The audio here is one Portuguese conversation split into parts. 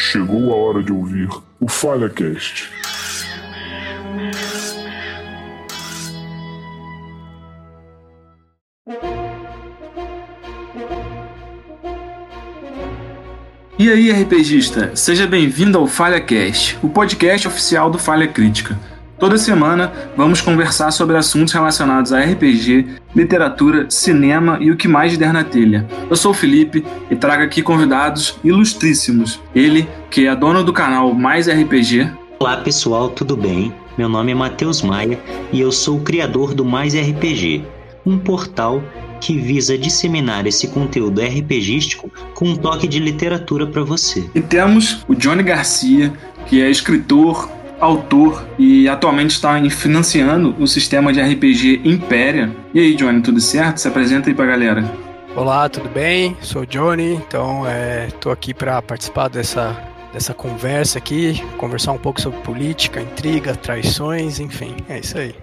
Chegou a hora de ouvir o FalhaCast. E aí, RPGista, seja bem-vindo ao FalhaCast, o podcast oficial do Falha Crítica. Toda semana vamos conversar sobre assuntos relacionados a RPG, literatura, cinema e o que mais der na telha. Eu sou o Felipe e trago aqui convidados ilustríssimos. Ele, que é dono do canal Mais RPG. Olá pessoal, tudo bem? Meu nome é Matheus Maia e eu sou o criador do Mais RPG, um portal que visa disseminar esse conteúdo RPGístico com um toque de literatura para você. E temos o Johnny Garcia, que é escritor, autor e atualmente está financiando o sistema de RPG Impéria. E aí, Johnny, tudo certo? Se apresenta aí pra galera. Olá, tudo bem? Sou o Johnny, então estou aqui para participar dessa conversa aqui, conversar um pouco sobre política, intriga, traições, enfim, é isso aí.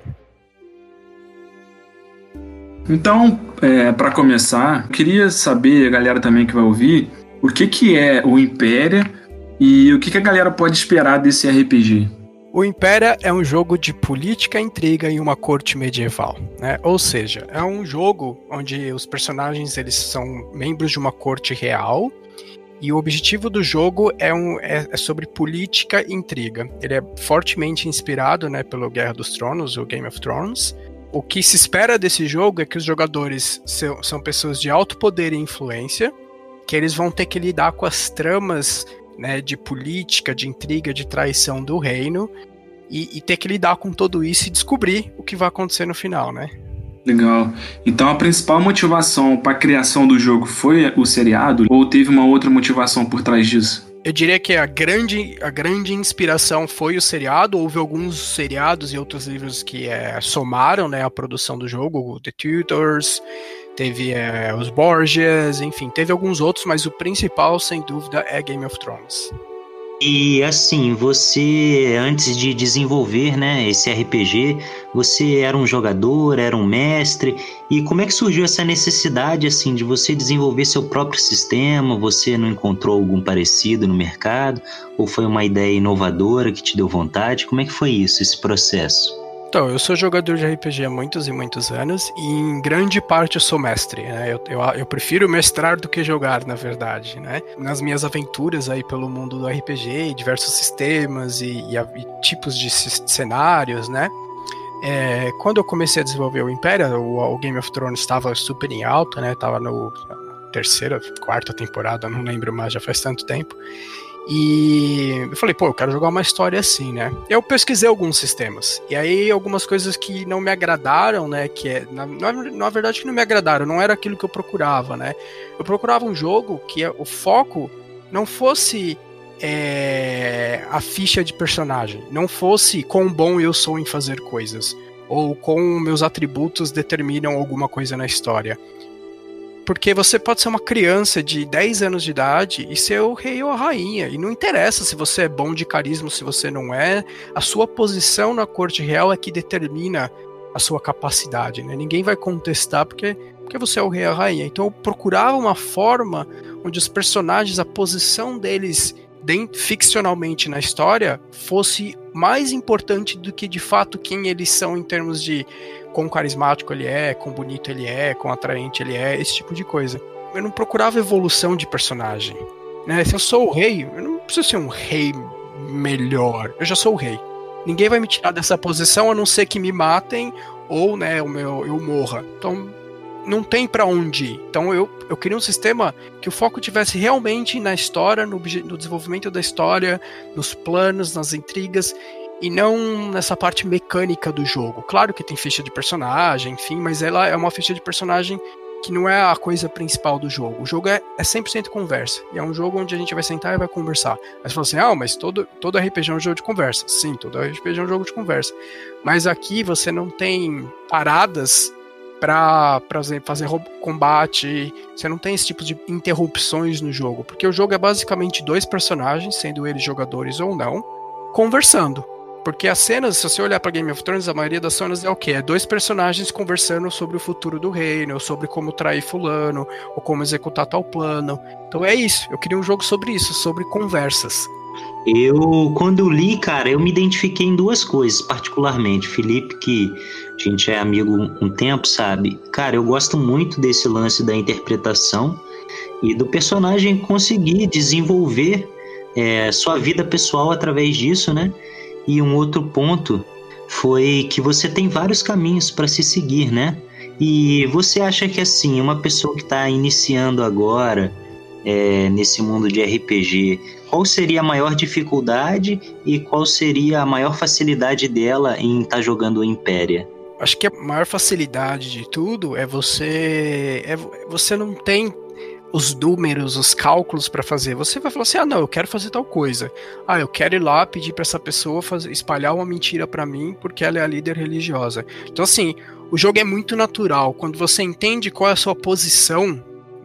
Então, para começar, eu queria saber, a galera também que vai ouvir, o que é o Impéria e o que a galera pode esperar desse RPG. O Impéria é um jogo de política, intriga em uma corte medieval, né? Ou seja, é um jogo onde os personagens eles são membros de uma corte real e o objetivo do jogo é sobre política e intriga. Ele é fortemente inspirado, né, pelo Guerra dos Tronos, o Game of Thrones. O que se espera desse jogo é que os jogadores são pessoas de alto poder e influência, que eles vão ter que lidar com as tramas, né, de política, de intriga, de traição do reino, e ter que lidar com tudo isso e descobrir o que vai acontecer no final, né? Legal. Então a principal motivação para a criação do jogo foi o seriado ou teve uma outra motivação por trás disso? Eu diria que a grande inspiração foi o seriado. Houve alguns seriados e outros livros que somaram, né, a produção do jogo, The Tudors, teve os Borgias, enfim, teve alguns outros, mas o principal, sem dúvida, é Game of Thrones. E assim, você, antes de desenvolver, né, esse RPG, você era um jogador, era um mestre, e como é que surgiu essa necessidade, assim, de você desenvolver seu próprio sistema? Você não encontrou algum parecido no mercado? Ou foi uma ideia inovadora que te deu vontade? Como é que foi isso, esse processo? Então, eu sou jogador de RPG há muitos e muitos anos e em grande parte eu sou mestre, né? Eu prefiro mestrar do que jogar, na verdade, né? Nas minhas aventuras aí pelo mundo do RPG, diversos sistemas e tipos de cenários, né? Quando eu comecei a desenvolver o Império, o Game of Thrones estava super em alta, né? Tava no terceira, quarta temporada, não lembro mais, já faz tanto tempo. E eu falei, eu quero jogar uma história assim, né? Eu pesquisei alguns sistemas. E aí, algumas coisas que não me agradaram, né? Na verdade, que não me agradaram, não era aquilo que eu procurava, né? Eu procurava um jogo que o foco não fosse a ficha de personagem, não fosse quão bom eu sou em fazer coisas, ou como meus atributos determinam alguma coisa na história. Porque você pode ser uma criança de 10 anos de idade e ser o rei ou a rainha. E não interessa se você é bom de carisma ou se você não é. A sua posição na corte real é que determina a sua capacidade, né? Ninguém vai contestar porque você é o rei ou a rainha. Então eu procurava uma forma onde os personagens, a posição deles ficcionalmente na história fosse mais importante do que de fato quem eles são em termos de quão carismático ele é, quão bonito ele é, quão atraente ele é, esse tipo de coisa. Eu não procurava evolução de personagem, né? Se eu sou o rei, eu não preciso ser um rei melhor, eu já sou o rei. Ninguém vai me tirar dessa posição a não ser que me matem ou, né, eu morra. Então não tem pra onde ir. Então eu queria um sistema que o foco tivesse realmente na história, no desenvolvimento da história, nos planos, nas intrigas, e não nessa parte mecânica do jogo. Claro que tem ficha de personagem, enfim, mas ela é uma ficha de personagem que não é a coisa principal do jogo. O jogo é 100% conversa. E é um jogo onde a gente vai sentar e vai conversar. Aí você fala assim, mas todo RPG é um jogo de conversa. Sim, todo RPG é um jogo de conversa. Mas aqui você não tem paradas para fazer combate, você não tem esse tipo de interrupções no jogo, porque o jogo é basicamente dois personagens, sendo eles jogadores ou não, conversando. Porque as cenas, se você olhar para Game of Thrones, a maioria das cenas é o quê? É dois personagens conversando sobre o futuro do reino, ou sobre como trair fulano, ou como executar tal plano. Então é isso, eu queria um jogo sobre isso, sobre conversas. Quando eu li, cara, eu me identifiquei em duas coisas, particularmente. Felipe, que a gente é amigo um tempo, sabe? Cara, eu gosto muito desse lance da interpretação e do personagem conseguir desenvolver sua vida pessoal através disso, né? E um outro ponto foi que você tem vários caminhos para se seguir, né? E você acha que, assim, uma pessoa que está iniciando agora nesse mundo de RPG, qual seria a maior dificuldade e qual seria a maior facilidade dela em estar jogando o Impéria? Acho que a maior facilidade de tudo é você não tem os números, os cálculos para fazer. Você vai falar assim, não, eu quero fazer tal coisa. Eu quero ir lá pedir para essa pessoa espalhar uma mentira para mim porque ela é a líder religiosa. Então, assim, o jogo é muito natural. Quando você entende qual é a sua posição,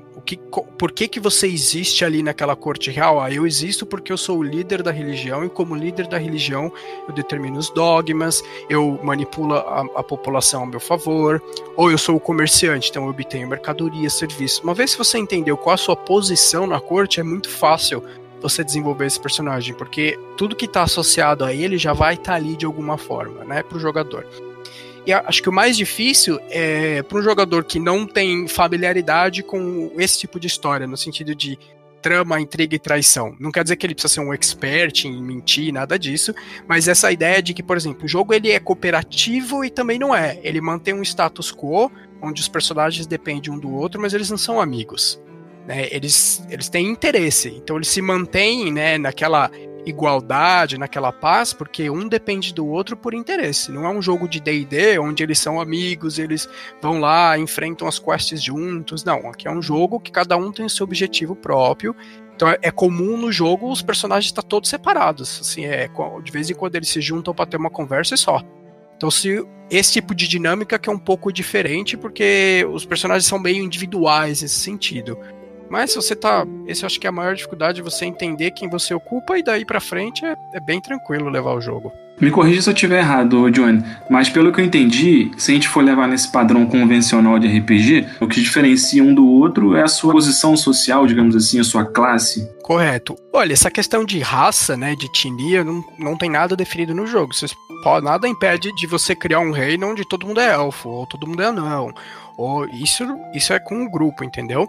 por que você existe ali naquela corte real? Eu existo porque eu sou o líder da religião, e como líder da religião eu determino os dogmas, eu manipulo a população ao meu favor, ou eu sou o comerciante, então eu obtenho mercadoria, serviço. Uma vez que você entendeu qual a sua posição na corte, é muito fácil você desenvolver esse personagem, porque tudo que está associado a ele já vai estar ali de alguma forma, né, para o jogador. E acho que o mais difícil é para um jogador que não tem familiaridade com esse tipo de história, no sentido de trama, intriga e traição. Não quer dizer que ele precisa ser um expert em mentir, nada disso, mas essa ideia de que, por exemplo, o jogo ele é cooperativo e também não é. Ele mantém um status quo, onde os personagens dependem um do outro, mas eles não são amigos, né? Eles têm interesse, então eles se mantêm, né, naquela igualdade, naquela paz, porque um depende do outro por interesse. Não é um jogo de D&D onde eles são amigos, eles vão lá, enfrentam as quests juntos. Não, aqui é um jogo que cada um tem o seu objetivo próprio. Então é comum no jogo os personagens estar todos separados. Assim, de vez em quando eles se juntam para ter uma conversa e só. Então esse tipo de dinâmica que é um pouco diferente, porque os personagens são meio individuais nesse sentido. Mas esse eu acho que é a maior dificuldade, você entender quem você ocupa, e daí pra frente é bem tranquilo levar o jogo. Me corrija se eu estiver errado, Johnny, mas pelo que eu entendi, se a gente for levar nesse padrão convencional de RPG, o que diferencia um do outro é a sua posição social, digamos assim, a sua classe. Correto. Olha, essa questão de raça, né, de etnia, não tem nada definido no jogo. Nada impede de você criar um reino onde todo mundo é elfo, ou todo mundo é anão. Isso é com o grupo, entendeu?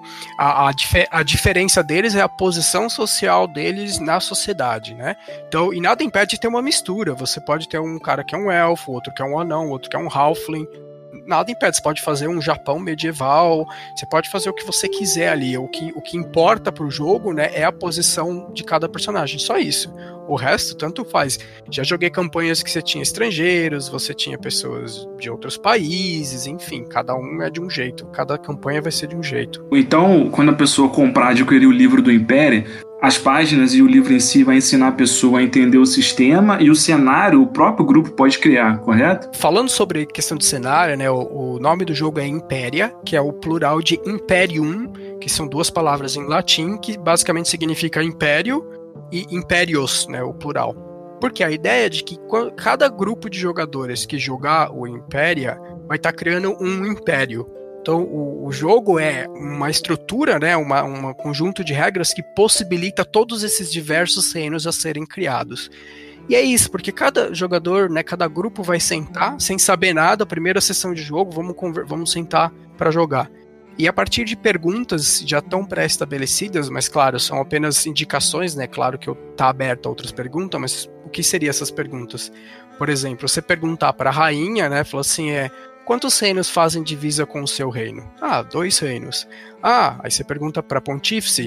A diferença deles é a posição social deles na sociedade, né? Então, e nada impede de ter uma mistura. Você pode ter um cara que é um elfo, outro que é um anão, outro que é um halfling. Nada impede, você pode fazer um Japão medieval, você pode fazer o que você quiser ali. O que importa pro jogo, né, é a posição de cada personagem, só isso. O resto, tanto faz. Já joguei campanhas que você tinha estrangeiros, você tinha pessoas de outros países, enfim, cada um é de um jeito, cada campanha vai ser de um jeito. Então, quando a pessoa comprar, adquirir o livro do Império, as páginas e o livro em si vai ensinar a pessoa a entender o sistema, e o cenário o próprio grupo pode criar, correto? Falando sobre questão de cenário, né, o nome do jogo é Impéria, que é o plural de Imperium, que são duas palavras em latim, que basicamente significa império e impérios, né, o plural. Porque a ideia é de que cada grupo de jogadores que jogar o Impéria vai estar criando um império. Então, o jogo é uma estrutura, né, um conjunto de regras que possibilita todos esses diversos reinos a serem criados. E é isso, porque cada jogador, né, cada grupo vai sentar, sem saber nada, primeira sessão de jogo, vamos sentar para jogar. E a partir de perguntas já tão pré-estabelecidas, mas claro, são apenas indicações, né? Claro que tá aberto a outras perguntas, mas o que seriam essas perguntas? Por exemplo, você perguntar para a rainha, né? Falou assim, quantos reinos fazem divisa com o seu reino? 2 reinos. Aí você pergunta para a pontífice,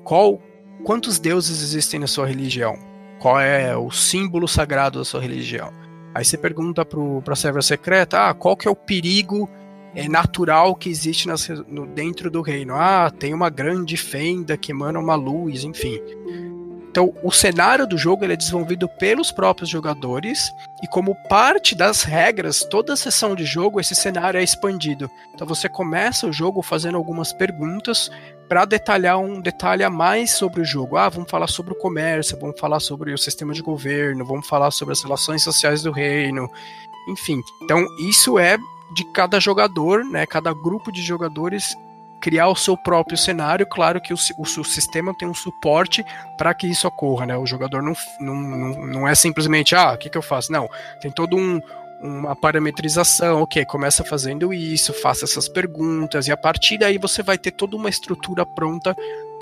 quantos deuses existem na sua religião? Qual é o símbolo sagrado da sua religião? Aí você pergunta para a serva secreta, qual que é o perigo natural que existe dentro do reino? Tem uma grande fenda que emana uma luz, enfim. Então, o cenário do jogo ele é desenvolvido pelos próprios jogadores, e como parte das regras, toda sessão de jogo, esse cenário é expandido. Então, você começa o jogo fazendo algumas perguntas para detalhar um detalhe a mais sobre o jogo. Vamos falar sobre o comércio, vamos falar sobre o sistema de governo, vamos falar sobre as relações sociais do reino, enfim. Então, isso é de cada jogador, né? Cada grupo de jogadores criar o seu próprio cenário. Claro que o sistema tem um suporte para que isso ocorra, né? O jogador não é simplesmente, o que eu faço? Não, tem todo uma parametrização, ok, começa fazendo isso, faça essas perguntas, e a partir daí você vai ter toda uma estrutura pronta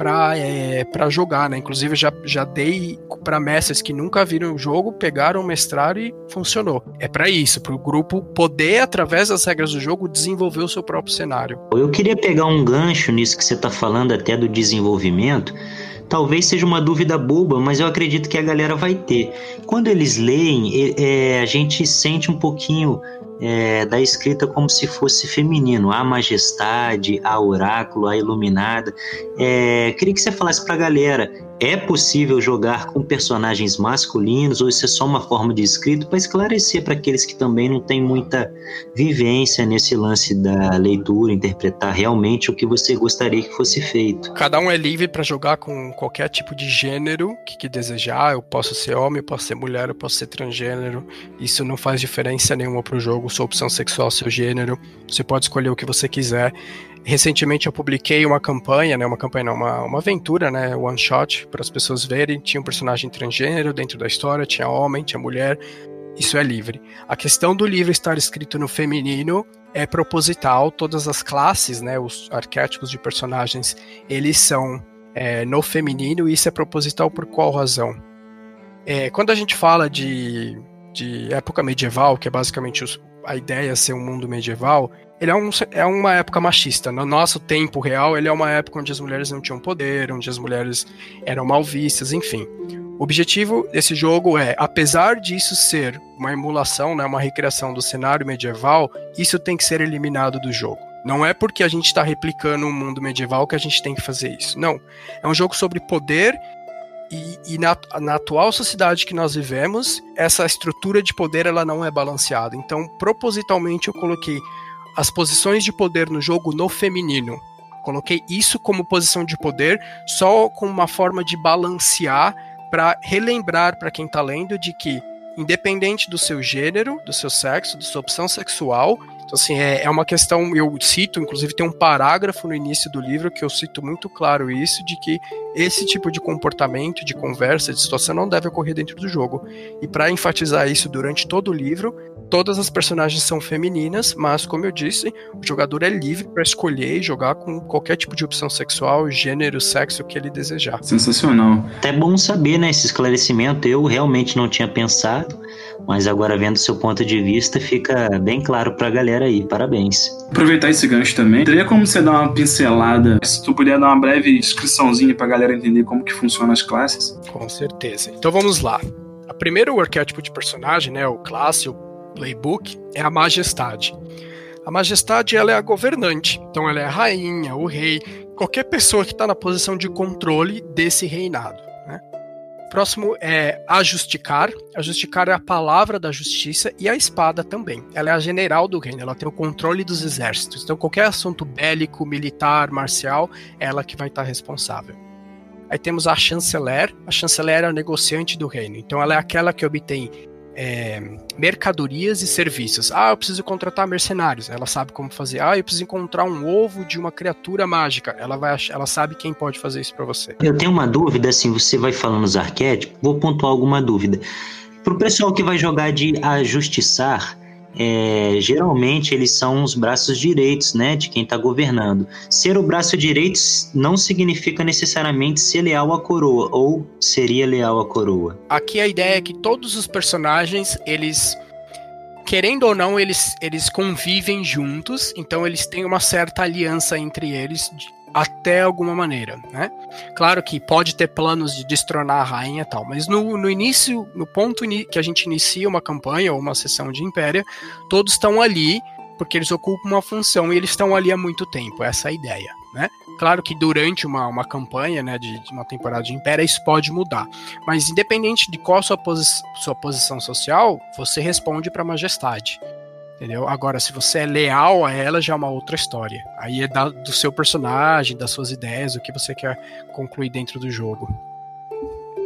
para jogar, né? Inclusive já dei para mestres que nunca viram o jogo, pegaram, mestraram e funcionou. É para isso, para o grupo poder, através das regras do jogo, desenvolver o seu próprio cenário. Eu queria pegar um gancho nisso que você está falando, até do desenvolvimento. Talvez seja uma dúvida boba, mas eu acredito que a galera vai ter. Quando eles leem, a gente sente um pouquinho da escrita como se fosse feminino. A majestade, a oráculo, a iluminada. Queria que você falasse pra galera, é possível jogar com personagens masculinos ou isso é só uma forma de escrito? Para esclarecer para aqueles que também não têm muita vivência nesse lance da leitura, interpretar realmente o que você gostaria que fosse feito. Cada um é livre para jogar com qualquer tipo de gênero que desejar. Eu posso ser homem, eu posso ser mulher, eu posso ser transgênero. Isso não faz diferença nenhuma pro jogo. Sua opção sexual, seu gênero. Você pode escolher o que você quiser. Recentemente eu publiquei uma campanha, né, uma aventura, né, one shot, para as pessoas verem. Tinha um personagem transgênero dentro da história, tinha homem, tinha mulher. Isso é livre. A questão do livro estar escrito no feminino é proposital. Todas as classes, né, os arquétipos de personagens, eles são no feminino, e isso é proposital por qual razão? Quando a gente fala de época medieval, que é basicamente a ideia de ser um mundo medieval, ele é uma época machista. No nosso tempo real, ele é uma época onde as mulheres não tinham poder, onde as mulheres eram mal vistas, enfim. O objetivo desse jogo apesar disso ser uma emulação, né, uma recriação do cenário medieval, isso tem que ser eliminado do jogo. Não é porque a gente está replicando um mundo medieval que a gente tem que fazer isso. Não. É um jogo sobre poder. E na atual sociedade que nós vivemos, essa estrutura de poder ela não é balanceada. Então, propositalmente, eu coloquei as posições de poder no jogo no feminino. Coloquei isso como posição de poder, só como uma forma de balancear, para relembrar para quem está lendo de que, independente do seu gênero, do seu sexo, da sua opção sexual, então, assim, é uma questão, eu cito, inclusive tem um parágrafo no início do livro que eu cito muito claro isso, de que esse tipo de comportamento, de conversa, de situação não deve ocorrer dentro do jogo. E para enfatizar isso durante todo o livro, todas as personagens são femininas, mas, como eu disse, o jogador é livre para escolher e jogar com qualquer tipo de opção sexual, gênero, sexo que ele desejar. Sensacional. É bom saber, né, esse esclarecimento. Eu realmente não tinha pensado, mas agora vendo seu ponto de vista fica bem claro pra galera aí. Parabéns. Aproveitar esse gancho também, teria como você dar uma pincelada, se tu puder dar uma breve descriçãozinha pra galera entender como que funcionam as classes? Com certeza. Então vamos lá. O primeiro arquétipo de personagem, né, o classe, o playbook, é a majestade. A majestade, ela é a governante. Então ela é a rainha, o rei, qualquer pessoa que está na posição de controle desse reinado, né? Próximo é a Justicar. A Justicar é a palavra da justiça e a espada também. Ela é a general do reino, ela tem o controle dos exércitos. Então qualquer assunto bélico, militar, marcial, é ela que vai estar responsável. Aí temos a Chanceler. A Chanceler é a negociante do reino. Então ela é aquela que obtém mercadorias e serviços. Eu preciso contratar mercenários. Ela sabe como fazer. Eu preciso encontrar um ovo de uma criatura mágica. Ela sabe quem pode fazer isso para você. Eu tenho uma dúvida, assim, você vai falando os arquétipos, vou pontuar alguma dúvida. Pro pessoal que vai jogar de ajustiçar, geralmente eles são os braços direitos, né, de quem está governando. Ser o braço direito não significa necessariamente ser leal à coroa, ou seria leal à coroa. Aqui a ideia é que todos os personagens, eles, querendo ou não, eles convivem juntos, então eles têm uma certa aliança entre eles, até alguma maneira, né? Claro que pode ter planos de destronar a rainha e tal, mas no início, no ponto que a gente inicia uma campanha ou uma sessão de Impéria, todos estão ali porque eles ocupam uma função e eles estão ali há muito tempo, essa é a ideia, né? Claro que durante uma campanha, né, de uma temporada de Impéria, isso pode mudar, mas independente de qual a sua posição social, você responde para a majestade. Entendeu? Agora, se você é leal a ela, já é uma outra história. Aí é do seu personagem, das suas ideias, o que você quer concluir dentro do jogo.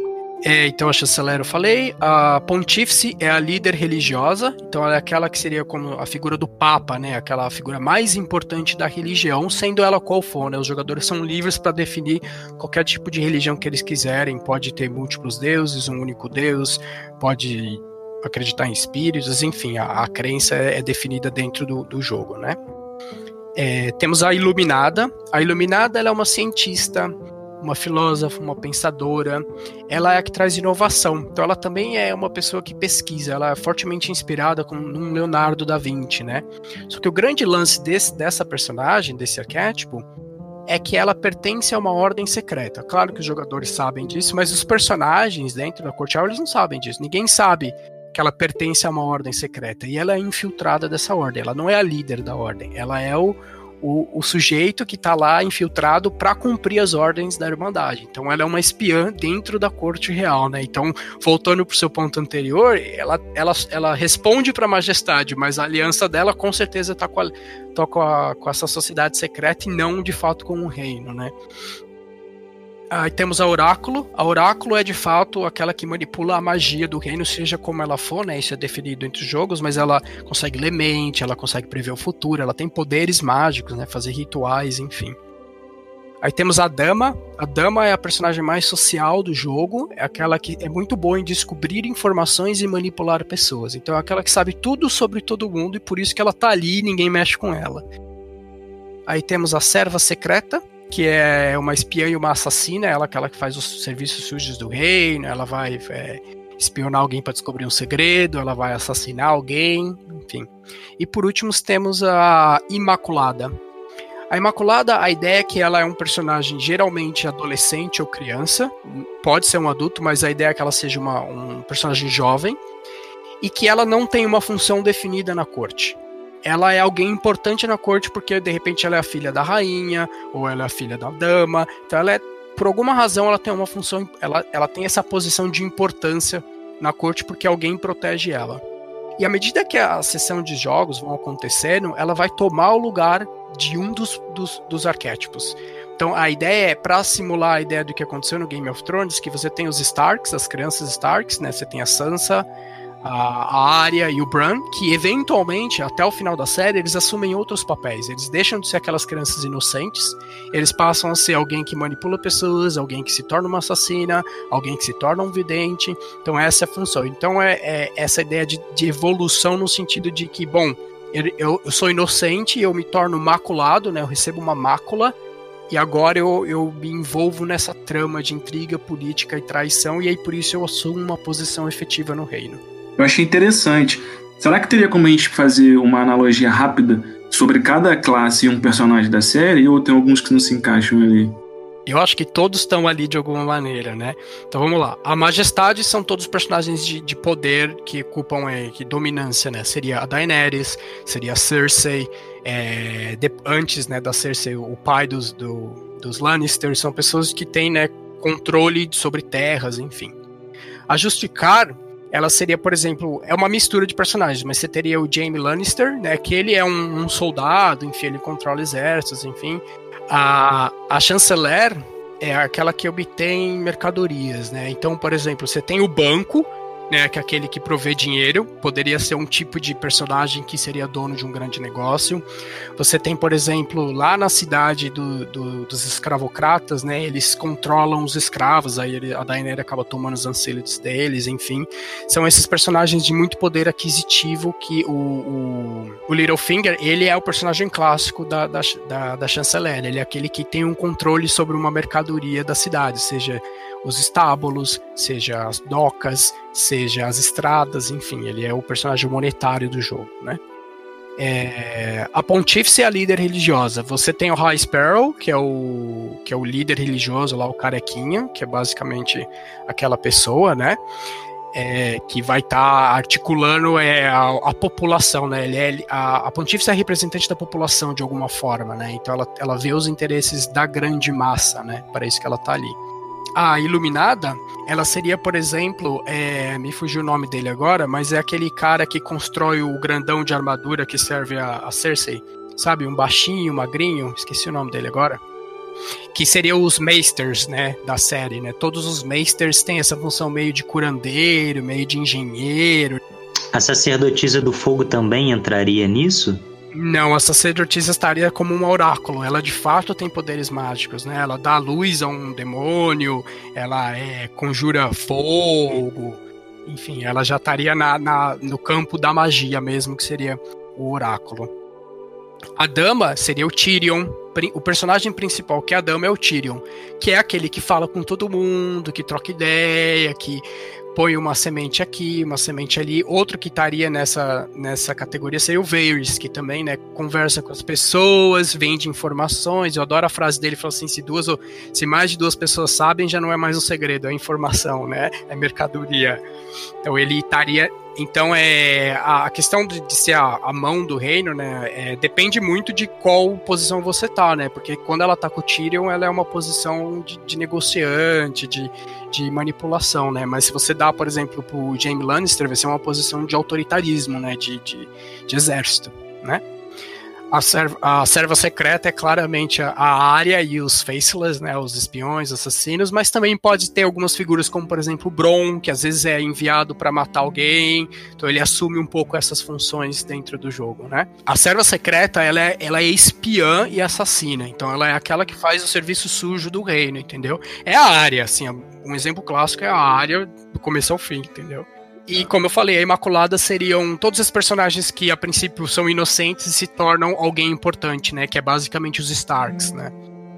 Então a chanceler eu falei, a pontífice é a líder religiosa, então ela é aquela que seria como a figura do papa, né, aquela figura mais importante da religião, sendo ela qual for, né, os jogadores são livres para definir qualquer tipo de religião que eles quiserem, pode ter múltiplos deuses, um único deus, pode acreditar em espíritos, enfim, a crença é definida dentro do jogo, né. Temos a Iluminada ela é uma cientista, uma filósofa, uma pensadora, ela é a que traz inovação, então ela também é uma pessoa que pesquisa, ela é fortemente inspirada num Leonardo da Vinci, né? Só que o grande lance dessa personagem, desse arquétipo, é que ela pertence a uma ordem secreta. Claro que os jogadores sabem disso, mas os personagens dentro da Corte Owl, eles não sabem disso, ninguém sabe que ela pertence a uma ordem secreta, e ela é infiltrada dessa ordem, ela não é a líder da ordem, ela é o sujeito que está lá infiltrado para cumprir as ordens da Irmandade. Então ela é uma espiã dentro da corte real, né? Então, voltando para o seu ponto anterior, ela responde para a majestade, mas a aliança dela com certeza está com essa sociedade secreta e não de fato com o reino, né? Aí temos a Oráculo. A Oráculo é de fato aquela que manipula a magia do reino, seja como ela for, né? Isso é definido entre os jogos, mas ela consegue ler mente, ela consegue prever o futuro, ela tem poderes mágicos, né? Fazer rituais, enfim. Aí temos a Dama. A Dama é a personagem mais social do jogo, é aquela que é muito boa em descobrir informações e manipular pessoas. Então é aquela que sabe tudo sobre todo mundo e por isso que ela tá ali e ninguém mexe com ela. Aí temos a Serva Secreta, que é uma espiã e uma assassina, ela é aquela que faz os serviços sujos do reino, ela vai espionar alguém para descobrir um segredo, ela vai assassinar alguém, enfim. E por último temos a Imaculada. A Imaculada, a ideia é que ela é um personagem geralmente adolescente ou criança, pode ser um adulto, mas a ideia é que ela seja um personagem jovem, e que ela não tem uma função definida na corte. Ela é alguém importante na corte porque, de repente, ela é a filha da rainha, ou ela é a filha da dama. Então, por alguma razão, ela tem uma função, ela tem essa posição de importância na corte porque alguém protege ela. E à medida que a sessão de jogos vão acontecendo, ela vai tomar o lugar de um dos arquétipos. Então, a ideia é, para simular a ideia do que aconteceu no Game of Thrones, que você tem os Starks, as crianças Starks, né? Você tem a Sansa, a Arya e o Bran, que eventualmente, até o final da série, eles assumem outros papéis. Eles deixam de ser aquelas crianças inocentes, eles passam a ser alguém que manipula pessoas, alguém que se torna uma assassina, alguém que se torna um vidente. Então essa é a função. Então é essa ideia de evolução no sentido de que, bom, eu sou inocente e eu me torno maculado, né? Eu recebo uma mácula e agora eu me envolvo nessa trama de intriga, política e traição, e aí por isso eu assumo uma posição efetiva no reino. Eu achei interessante. Será que teria como a gente fazer uma analogia rápida sobre cada classe e um personagem da série, ou tem alguns que não se encaixam ali? Eu acho que todos estão ali de alguma maneira, né? Então vamos lá. A Majestade são todos personagens de poder que ocupam que dominância, né? Seria a Daenerys, seria a Cersei, antes, né, da Cersei, o pai dos Lannisters, são pessoas que têm, né, controle sobre terras, enfim. A Justicar, ela seria, por exemplo, é uma mistura de personagens, mas você teria o Jaime Lannister, né, que ele é um soldado, enfim, ele controla exércitos, enfim. A chanceler é aquela que obtém mercadorias, né? Então, por exemplo, você tem o banco, né, que é aquele que provê dinheiro, poderia ser um tipo de personagem que seria dono de um grande negócio. Você tem, por exemplo, lá na cidade dos escravocratas, né, eles controlam os escravos, aí a Daenerys acaba tomando os ancílios deles, enfim. São esses personagens de muito poder aquisitivo que o Littlefinger, ele é o personagem clássico da chanceler, ele é aquele que tem um controle sobre uma mercadoria da cidade, seja os estábulos, seja as docas, seja as estradas, enfim, ele é o personagem monetário do jogo, né? A Pontífice é a líder religiosa. Você tem o High Sparrow, que é o líder religioso lá, o carequinha, que é basicamente aquela pessoa, né? Que vai estar articulando a população, né? A Pontífice é a representante da população de alguma forma, né? Então ela vê os interesses da grande massa, né? Para isso que ela está ali. A Iluminada, ela seria, por exemplo, me fugiu o nome dele agora, mas é aquele cara que constrói o grandão de armadura que serve a Cersei, sabe? Um baixinho, magrinho, esqueci o nome dele agora. que seriam os Meisters, né, da série, né? Todos os Meisters têm essa função meio de curandeiro, meio de engenheiro. A sacerdotisa do fogo também entraria nisso? Não, a sacerdotisa estaria como um oráculo. Ela de fato tem poderes mágicos, né? Ela dá luz a um demônio, ela conjura fogo, enfim, ela já estaria no campo da magia mesmo, que seria o oráculo. A dama seria o Tyrion. O personagem principal, que é a dama, é o Tyrion, que é aquele que fala com todo mundo, que troca ideia, que põe uma semente aqui, uma semente ali. Outro que estaria nessa categoria seria o Varys, que também, né, conversa com as pessoas, vende informações. Eu adoro a frase dele, fala assim, se mais de 2 pessoas sabem, já não é mais um segredo, é informação, né? É mercadoria. Então ele estaria... Então a questão de ser a mão do reino, né, depende muito de qual posição você tá, né? Porque quando ela tá com o Tyrion, ela é uma posição de negociante, de manipulação, né? Mas se você dá, por exemplo, pro Jaime Lannister, vai ser uma posição de autoritarismo, né? De exército, né? A serva secreta é claramente a Arya e os Faceless, né, os espiões, assassinos, mas também pode ter algumas figuras como, por exemplo, o Bronn, que às vezes é enviado para matar alguém, então ele assume um pouco essas funções dentro do jogo, né? A serva secreta, ela é espiã e assassina, então ela é aquela que faz o serviço sujo do reino, entendeu? É a Arya, assim, um exemplo clássico é a Arya do começo ao fim, entendeu? E como eu falei, a Imaculada seriam todos os personagens que a princípio são inocentes e se tornam alguém importante, né? Que é basicamente os Starks, né?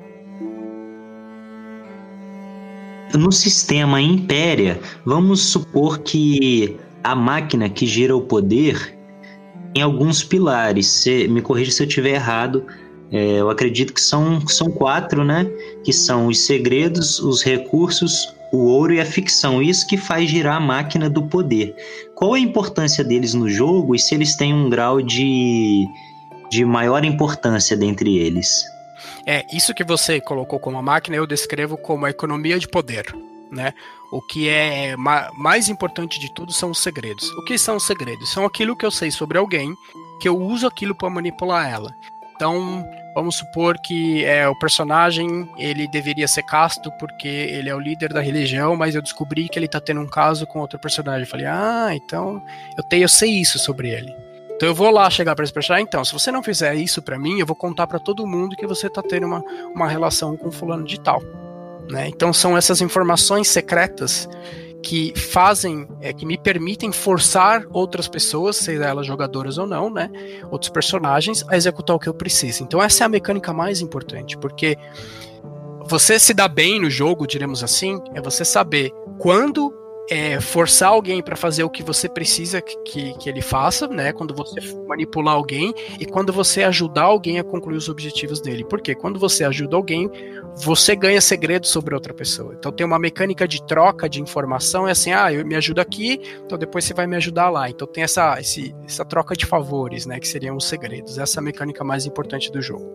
No sistema Impéria, vamos supor que a máquina que gira o poder tem alguns pilares. Me corrija se eu estiver errado. Eu acredito que são 4, né? Que são os segredos, os recursos, o ouro e a ficção. Isso que faz girar a máquina do poder. Qual a importância deles no jogo e se eles têm um grau de maior importância dentre eles? Isso que você colocou como a máquina, eu descrevo como a economia de poder, né? O que é mais importante de tudo são os segredos. O que são os segredos? São aquilo que eu sei sobre alguém, que eu uso aquilo para manipular ela. Então, vamos supor que o personagem, ele deveria ser casto porque ele é o líder da religião, mas eu descobri que ele tá tendo um caso com outro personagem. Eu falei, então eu sei isso sobre ele. Então eu vou lá chegar pra esse personagem, então, se você não fizer isso pra mim, eu vou contar pra todo mundo que você tá tendo uma relação com fulano de tal, né? Então são essas informações secretas que que me permitem forçar outras pessoas, seja elas jogadoras ou não, né, outros personagens, a executar o que eu preciso. Então essa é a mecânica mais importante, porque você se dá bem no jogo, diremos assim, é você saber quando forçar alguém para fazer o que você precisa que ele faça, né? Quando você manipular alguém e quando você ajudar alguém a concluir os objetivos dele. Porque quando você ajuda alguém, você ganha segredos sobre outra pessoa. Então tem uma mecânica de troca de informação, é assim, eu me ajudo aqui, então depois você vai me ajudar lá. Então tem essa troca de favores, né? Que seriam os segredos. Essa é a mecânica mais importante do jogo.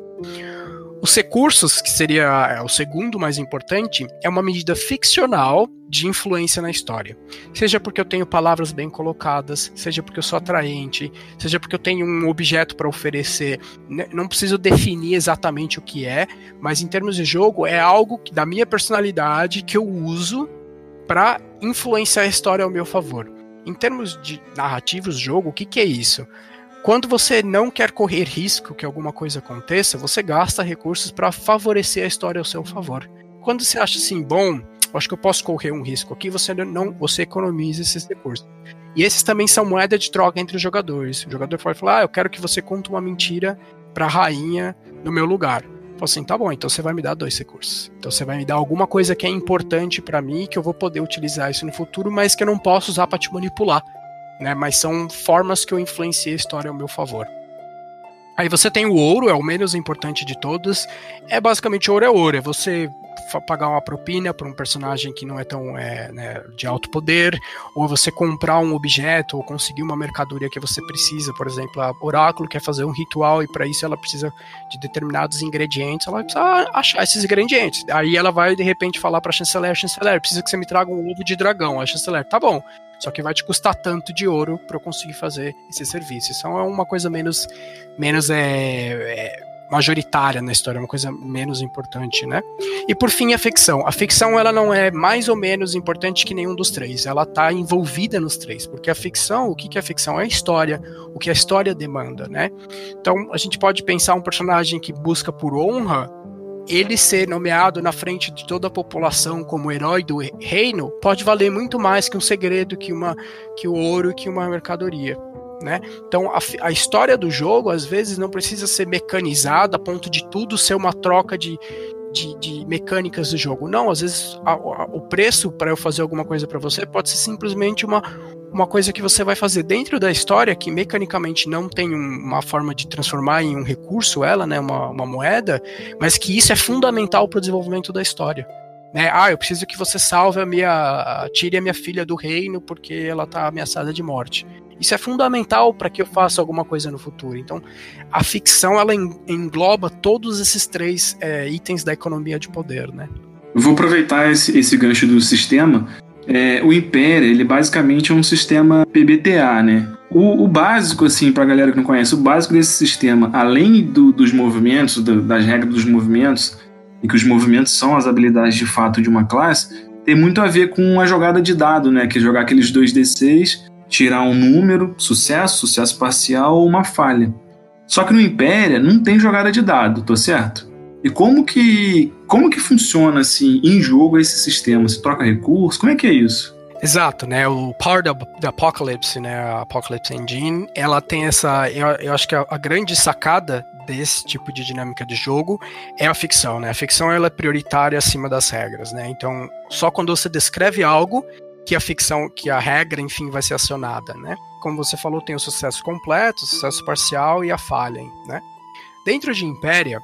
Os recursos, que seria o segundo mais importante, é uma medida ficcional de influência na história. Seja porque eu tenho palavras bem colocadas, seja porque eu sou atraente, seja porque eu tenho um objeto para oferecer. Não preciso definir exatamente o que é, mas em termos de jogo é algo da minha personalidade que eu uso para influenciar a história ao meu favor. Em termos de narrativos, jogo, o que é isso? Quando você não quer correr risco que alguma coisa aconteça, você gasta recursos para favorecer a história ao seu favor. Quando você acha assim, bom, acho que eu posso correr um risco aqui, você economiza esses recursos. E esses também são moeda de troca entre os jogadores. O jogador pode falar, eu quero que você conte uma mentira para a rainha no meu lugar. Eu falo assim, tá bom, então você vai me dar 2 recursos. Então você vai me dar alguma coisa que é importante para mim, que eu vou poder utilizar isso no futuro, mas que eu não posso usar para te manipular. Né, mas são formas que eu influenciei a história ao meu favor. Aí você tem o ouro, é o menos importante de todos. Basicamente ouro é ouro, é você pagar uma propina para um personagem que não é tão de alto poder, ou você comprar um objeto, ou conseguir uma mercadoria que você precisa. Por exemplo, a Oráculo quer fazer um ritual e para isso ela precisa de determinados ingredientes, ela vai precisar achar esses ingredientes. Aí ela vai de repente falar para a chanceler, precisa que você me traga um ovo de dragão. A chanceler, tá bom, só que vai te custar tanto de ouro para eu conseguir fazer esse serviço. Isso é uma coisa menos majoritária na história, uma coisa menos importante, né? E por fim, a ficção. A ficção, ela não é mais ou menos importante que nenhum dos três. Ela está envolvida nos três, porque a ficção, o que é a ficção? É a história, o que a história demanda, né? Então, a gente pode pensar um personagem que busca por honra, ele ser nomeado na frente de toda a população como herói do reino, pode valer muito mais que um segredo, que o ouro, que uma mercadoria. Né? Então a história do jogo às vezes não precisa ser mecanizada a ponto de tudo ser uma troca de mecânicas do jogo. Não, às vezes o preço para eu fazer alguma coisa para você pode ser simplesmente uma coisa que você vai fazer dentro da história, que mecanicamente não tem uma forma de transformar em um recurso ela, né, uma moeda, mas que isso é fundamental para o desenvolvimento da história. Né? Eu preciso que você tire a minha filha do reino porque ela está ameaçada de morte. Isso é fundamental para que eu faça alguma coisa no futuro. Então, a ficção, ela engloba todos esses três itens da economia de poder, né? Eu vou aproveitar esse gancho do sistema. O Império, ele basicamente é um sistema PBTA, né? O básico, assim, pra galera que não conhece, o básico desse sistema, além dos movimentos, das regras dos movimentos, e que os movimentos são as habilidades de fato de uma classe, tem muito a ver com a jogada de dado, né? Que é jogar aqueles 2d6, tirar um número, sucesso parcial ou uma falha. Só que no Império não tem jogada de dado, tô certo? E como que funciona assim em jogo esse sistema? Você troca recursos? Como é que é isso? Exato, né? O Power da Apocalypse, né? A Apocalypse Engine, ela tem essa... Eu acho que a grande sacada desse tipo de dinâmica de jogo é a ficção, né? A ficção, ela é prioritária acima das regras, né? Então, só quando você descreve algo que a ficção, que a regra, enfim, vai ser acionada, né? Como você falou, tem o sucesso completo, o sucesso parcial e a falha, né? Dentro de Impéria,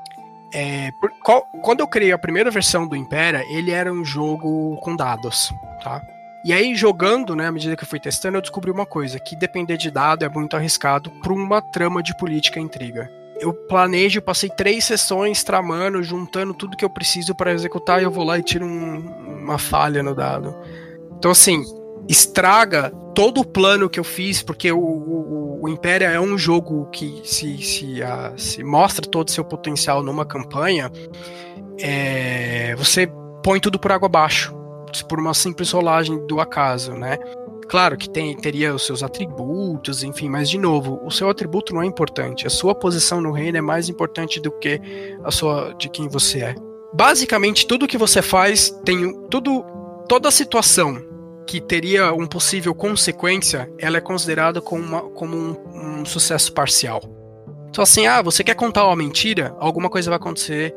quando eu criei a primeira versão do Impéria, ele era um jogo com dados, tá? E aí, jogando, né, à medida que eu fui testando, eu descobri uma coisa, que depender de dado é muito arriscado para uma trama de política e intriga. Eu passei 3 sessões tramando, juntando tudo que eu preciso para executar, e eu vou lá e tiro uma falha no dado. Então, assim, estraga todo o plano que eu fiz, porque o Império é um jogo que se mostra todo o seu potencial numa campanha, você põe tudo por água abaixo, por uma simples rolagem do acaso, né? Claro que teria os seus atributos, enfim, mas, de novo, o seu atributo não é importante. A sua posição no reino é mais importante do que de quem você é. Basicamente, tudo que você faz toda situação que teria uma possível consequência, ela é considerada como um sucesso parcial. Então, assim, você quer contar uma mentira, alguma coisa vai acontecer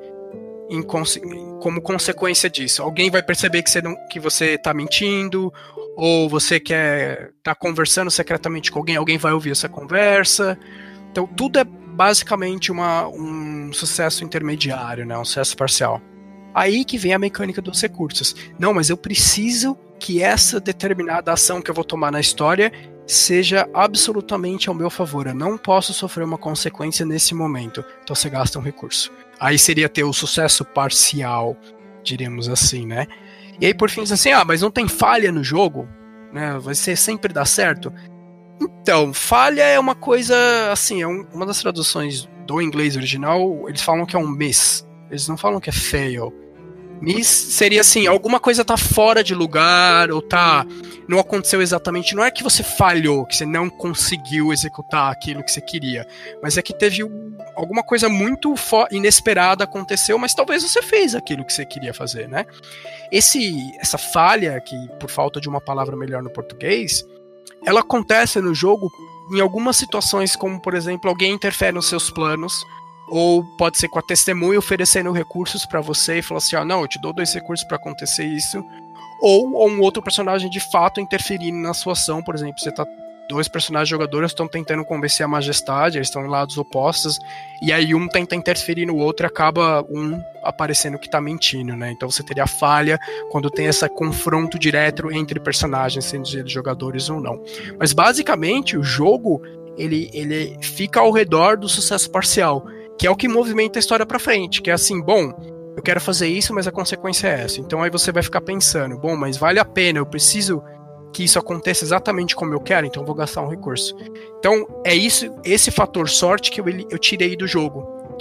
como consequência disso. Alguém vai perceber que você está mentindo, ou você quer estar conversando secretamente com alguém vai ouvir essa conversa. Então, tudo é basicamente um sucesso intermediário, né? Um sucesso parcial. Aí que vem a mecânica dos recursos. Não, mas eu preciso que essa determinada ação que eu vou tomar na história seja absolutamente ao meu favor. Eu não posso sofrer uma consequência nesse momento. Então você gasta um recurso. Aí seria ter o sucesso parcial, diríamos assim, né? E aí por fim diz assim, mas não tem falha no jogo? Né? Vai ser sempre dar certo? Então, falha é uma coisa, assim, uma das traduções do inglês original, eles falam que é um miss. Eles não falam que é fail. Miss seria assim, alguma coisa tá fora de lugar, ou não aconteceu exatamente, não é que você falhou, que você não conseguiu executar aquilo que você queria, mas é que teve alguma coisa muito inesperada aconteceu, mas talvez você fez aquilo que você queria fazer, né? Essa falha, que por falta de uma palavra melhor no português, ela acontece no jogo em algumas situações, como por exemplo, alguém interfere nos seus planos, ou pode ser com a testemunha oferecendo recursos pra você e falar assim, não, eu te dou 2 recursos pra acontecer isso, ou um outro personagem de fato interferindo na sua ação. Por exemplo, 2 personagens jogadores estão tentando convencer a majestade, eles estão em lados opostos, e aí um tenta interferir no outro e acaba aparecendo que tá mentindo, né? Então você teria falha quando tem esse confronto direto entre personagens, sendo eles jogadores ou não. Mas basicamente o jogo ele fica ao redor do sucesso parcial, que é o que movimenta a história pra frente, que é assim, bom, eu quero fazer isso, mas a consequência é essa. Então aí você vai ficar pensando, bom, mas vale a pena, eu preciso que isso aconteça exatamente como eu quero, então eu vou gastar um recurso. Então é esse fator sorte que eu tirei do jogo,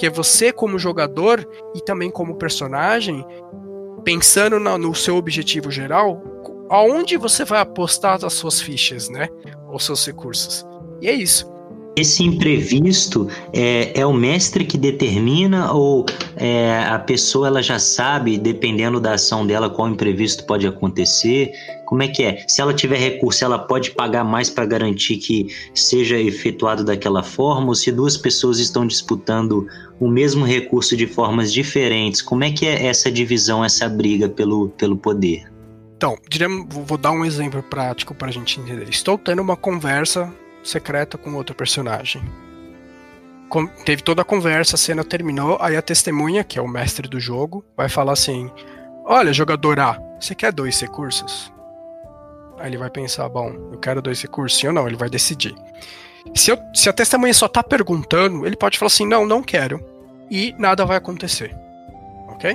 Porque você, como jogador e também como personagem, pensando no seu objetivo geral, aonde você vai apostar as suas fichas, né? Os seus recursos. E é isso. Esse imprevisto é o mestre que determina ou a pessoa ela já sabe, dependendo da ação dela, qual imprevisto pode acontecer? Como é que é? Se ela tiver recurso, ela pode pagar mais para garantir que seja efetuado daquela forma? Ou se duas pessoas estão disputando o mesmo recurso de formas diferentes, como é que é essa divisão, essa briga pelo poder? Então, vou dar um exemplo prático para a gente entender. Estou tendo uma conversa secreta com outro personagem. Teve toda a conversa, a cena terminou, aí a testemunha, que é o mestre do jogo, vai falar assim: olha, jogador A, você quer 2 recursos? Aí ele vai pensar, bom, eu quero 2 recursos, sim ou não, ele vai decidir. Se a testemunha só tá perguntando, ele pode falar assim, não quero, e nada vai acontecer, ok?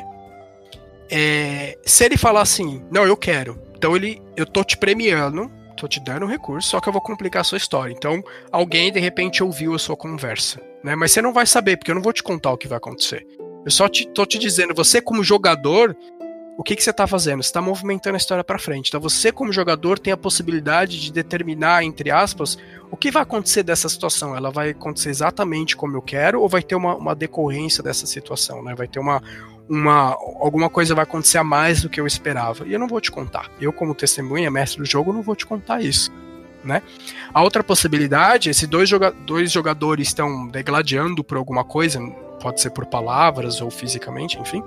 Se ele falar assim, não, eu quero, então eu tô te premiando, tô te dando um recurso, só que eu vou complicar a sua história. Então, alguém, de repente, ouviu a sua conversa, né? Mas você não vai saber, porque eu não vou te contar o que vai acontecer. Eu só tô te dizendo, você como jogador, o que você tá fazendo? Você tá movimentando a história pra frente. Então, você como jogador tem a possibilidade de determinar, entre aspas, o que vai acontecer dessa situação. Ela vai acontecer exatamente como eu quero, ou vai ter uma decorrência dessa situação, né? Vai ter alguma coisa vai acontecer a mais do que eu esperava. E eu não vou te contar. Eu, como testemunha, mestre do jogo, não vou te contar isso, né? A outra possibilidade, esses dois jogadores estão degladiando por alguma coisa, pode ser por palavras ou fisicamente, enfim.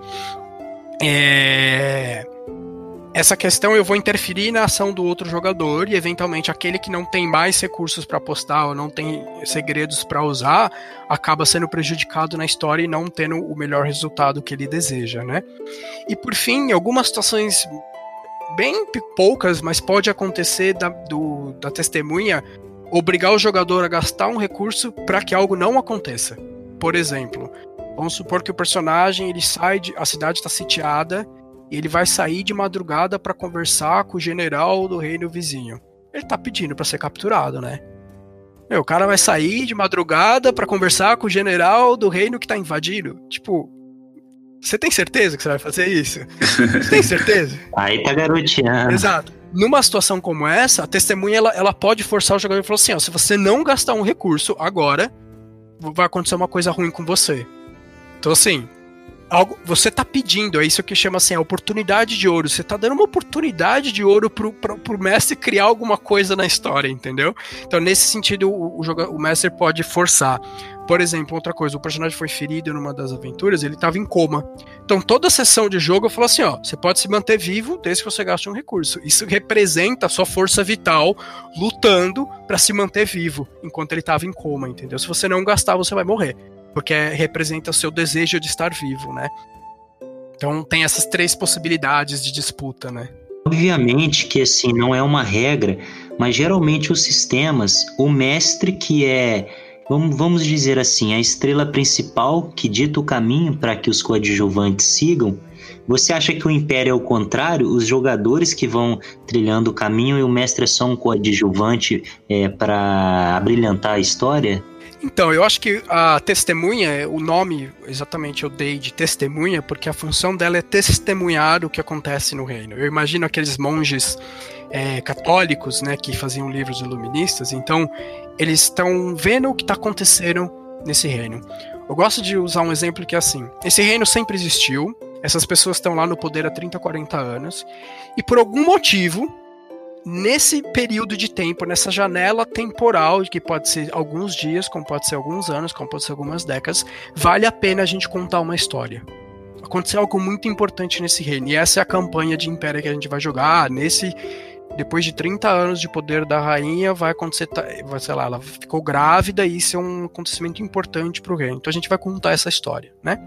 Essa questão eu vou interferir na ação do outro jogador e eventualmente aquele que não tem mais recursos para apostar ou não tem segredos para usar acaba sendo prejudicado na história e não tendo o melhor resultado que ele deseja, né? E por fim, algumas situações bem poucas, mas pode acontecer da testemunha obrigar o jogador a gastar um recurso para que algo não aconteça. Por exemplo, vamos supor que o personagem ele sai a cidade está sitiada. E ele vai sair de madrugada para conversar com o general do reino vizinho. Ele tá pedindo para ser capturado, né? O cara vai sair de madrugada para conversar com o general do reino que tá invadindo. Tipo, você tem certeza que você vai fazer isso? Você tem certeza? Aí tá garoteando. Exato. Numa situação como essa, a testemunha ela pode forçar o jogador e falar assim, ó, se você não gastar um recurso agora, vai acontecer uma coisa ruim com você. Então assim, você tá pedindo, é isso que chama assim, a oportunidade de ouro. Você tá dando uma oportunidade de ouro pro mestre criar alguma coisa na história, entendeu? Então, nesse sentido, o mestre pode forçar. Por exemplo, outra coisa, o personagem foi ferido numa das aventuras, ele tava em coma. Então, toda sessão de jogo eu falo assim, ó, você pode se manter vivo desde que você gaste um recurso. Isso representa a sua força vital lutando para se manter vivo enquanto ele tava em coma, entendeu? Se você não gastar, você vai morrer. Porque representa o seu desejo de estar vivo, né? Então tem essas 3 possibilidades de disputa, né? Obviamente que assim, não é uma regra, mas geralmente os sistemas, o mestre que é, vamos dizer assim, a estrela principal que dita o caminho para que os coadjuvantes sigam. Você acha que o Império é o contrário? Os jogadores que vão trilhando o caminho e o mestre é só um coadjuvante para abrilhantar a história? Então, eu acho que a testemunha, o nome exatamente eu dei de testemunha, porque a função dela é testemunhar o que acontece no reino. Eu imagino aqueles monges católicos, né, que faziam livros iluministas, então eles estão vendo o que está acontecendo nesse reino. Eu gosto de usar um exemplo que é assim, esse reino sempre existiu, essas pessoas estão lá no poder há 30, 40 anos, e por algum motivo, nesse período de tempo, nessa janela temporal, que pode ser alguns dias, como pode ser alguns anos, como pode ser algumas décadas, vale a pena a gente contar uma história. Aconteceu algo muito importante nesse reino, e essa é a campanha de Império que a gente vai jogar. Depois de 30 anos de poder da rainha, vai acontecer, sei lá, ela ficou grávida, e isso é um acontecimento importante para o reino. Então a gente vai contar essa história, né?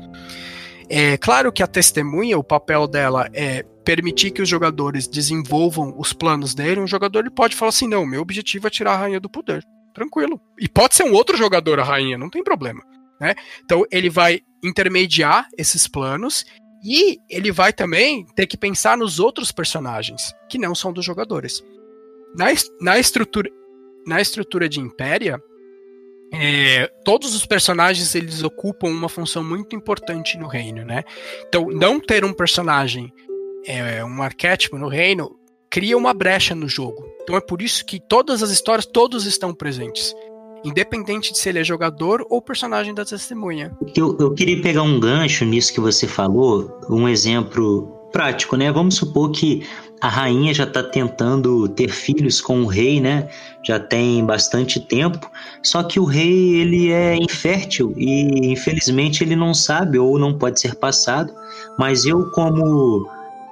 É claro que a testemunha, o papel dela é permitir que os jogadores desenvolvam os planos dele. Um jogador ele pode falar assim, não, meu objetivo é tirar a rainha do poder. Tranquilo. E pode ser um outro jogador a rainha, não tem problema, né? Então ele vai intermediar esses planos e ele vai também ter que pensar nos outros personagens que não são dos jogadores. Na estrutura de Impéria, todos os personagens eles ocupam uma função muito importante no reino, né? Então, não ter um personagem, um arquétipo no reino, cria uma brecha no jogo. Então é por isso que todas as histórias, todos estão presentes, independente de se ele é jogador ou personagem da testemunha. Eu queria pegar um gancho nisso que você falou, um exemplo prático, né? Vamos supor que a rainha já está tentando ter filhos com o rei, né? Já tem bastante tempo, só que o rei ele é infértil e infelizmente ele não sabe ou não pode ser passado, mas eu como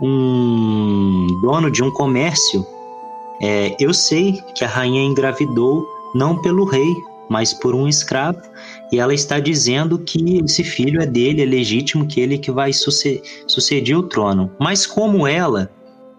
um dono de um comércio, eu sei que a rainha engravidou não pelo rei, mas por um escravo, e ela está dizendo que esse filho é dele, é legítimo, que ele que vai suceder o trono. Mas como ela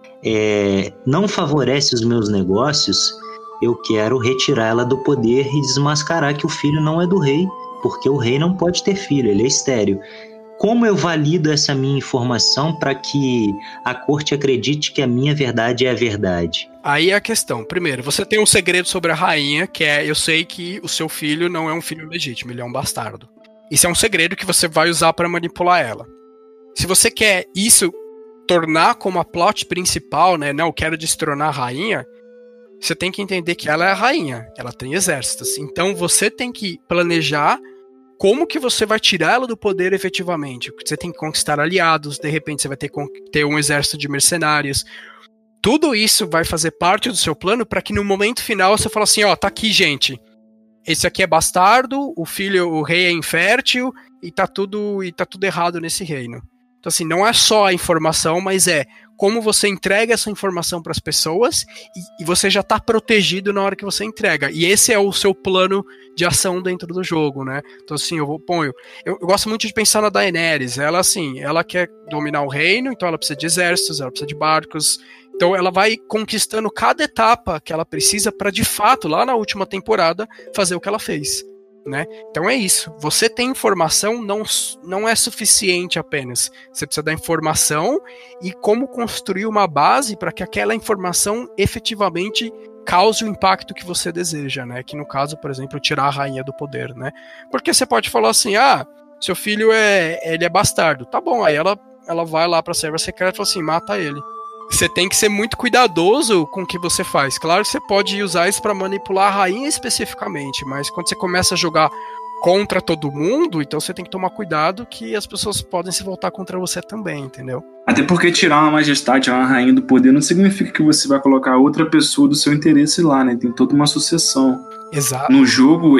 não favorece os meus negócios, eu quero retirar ela do poder e desmascarar que o filho não é do rei, porque o rei não pode ter filho, ele é estéril. Como eu valido essa minha informação para que a corte acredite que a minha verdade é a verdade? Aí é a questão. Primeiro, você tem um segredo sobre a rainha, que eu sei que o seu filho não é um filho legítimo, ele é um bastardo. Isso é um segredo que você vai usar para manipular ela. Se você quer isso tornar como a plot principal, né? Não, eu quero destronar a rainha, você tem que entender que ela é a rainha, ela tem exércitos. Então você tem que planejar como que você vai tirar ela do poder efetivamente. Você tem que conquistar aliados, de repente você vai ter um exército de mercenários. Tudo isso vai fazer parte do seu plano para que no momento final você fale assim, tá aqui, gente. Esse aqui é bastardo, o rei é infértil e tá tudo errado nesse reino. Então assim, não é só a informação, mas como você entrega essa informação para as pessoas e você já está protegido na hora que você entrega. E esse é o seu plano de ação dentro do jogo, né? Então assim, eu gosto muito de pensar na Daenerys. Ela quer dominar o reino, então ela precisa de exércitos, ela precisa de barcos. Então ela vai conquistando cada etapa que ela precisa para de fato, lá na última temporada, fazer o que ela fez. Né? Então é isso, você tem informação, não é suficiente apenas, você precisa da informação e como construir uma base para que aquela informação efetivamente cause o impacto que você deseja, né? Que no caso, por exemplo, tirar a rainha do poder, né? Porque você pode falar assim, seu filho ele é bastardo, tá bom, aí ela vai lá pra serva secreta e fala assim, mata ele. Você tem que ser muito cuidadoso com o que você faz. Claro que você pode usar isso para manipular a rainha especificamente, mas quando você começa a jogar contra todo mundo, então você tem que tomar cuidado que as pessoas podem se voltar contra você também, entendeu? Até porque tirar uma majestade, uma rainha do poder, não significa que você vai colocar outra pessoa do seu interesse lá, né? Tem toda uma sucessão. Exato. No jogo,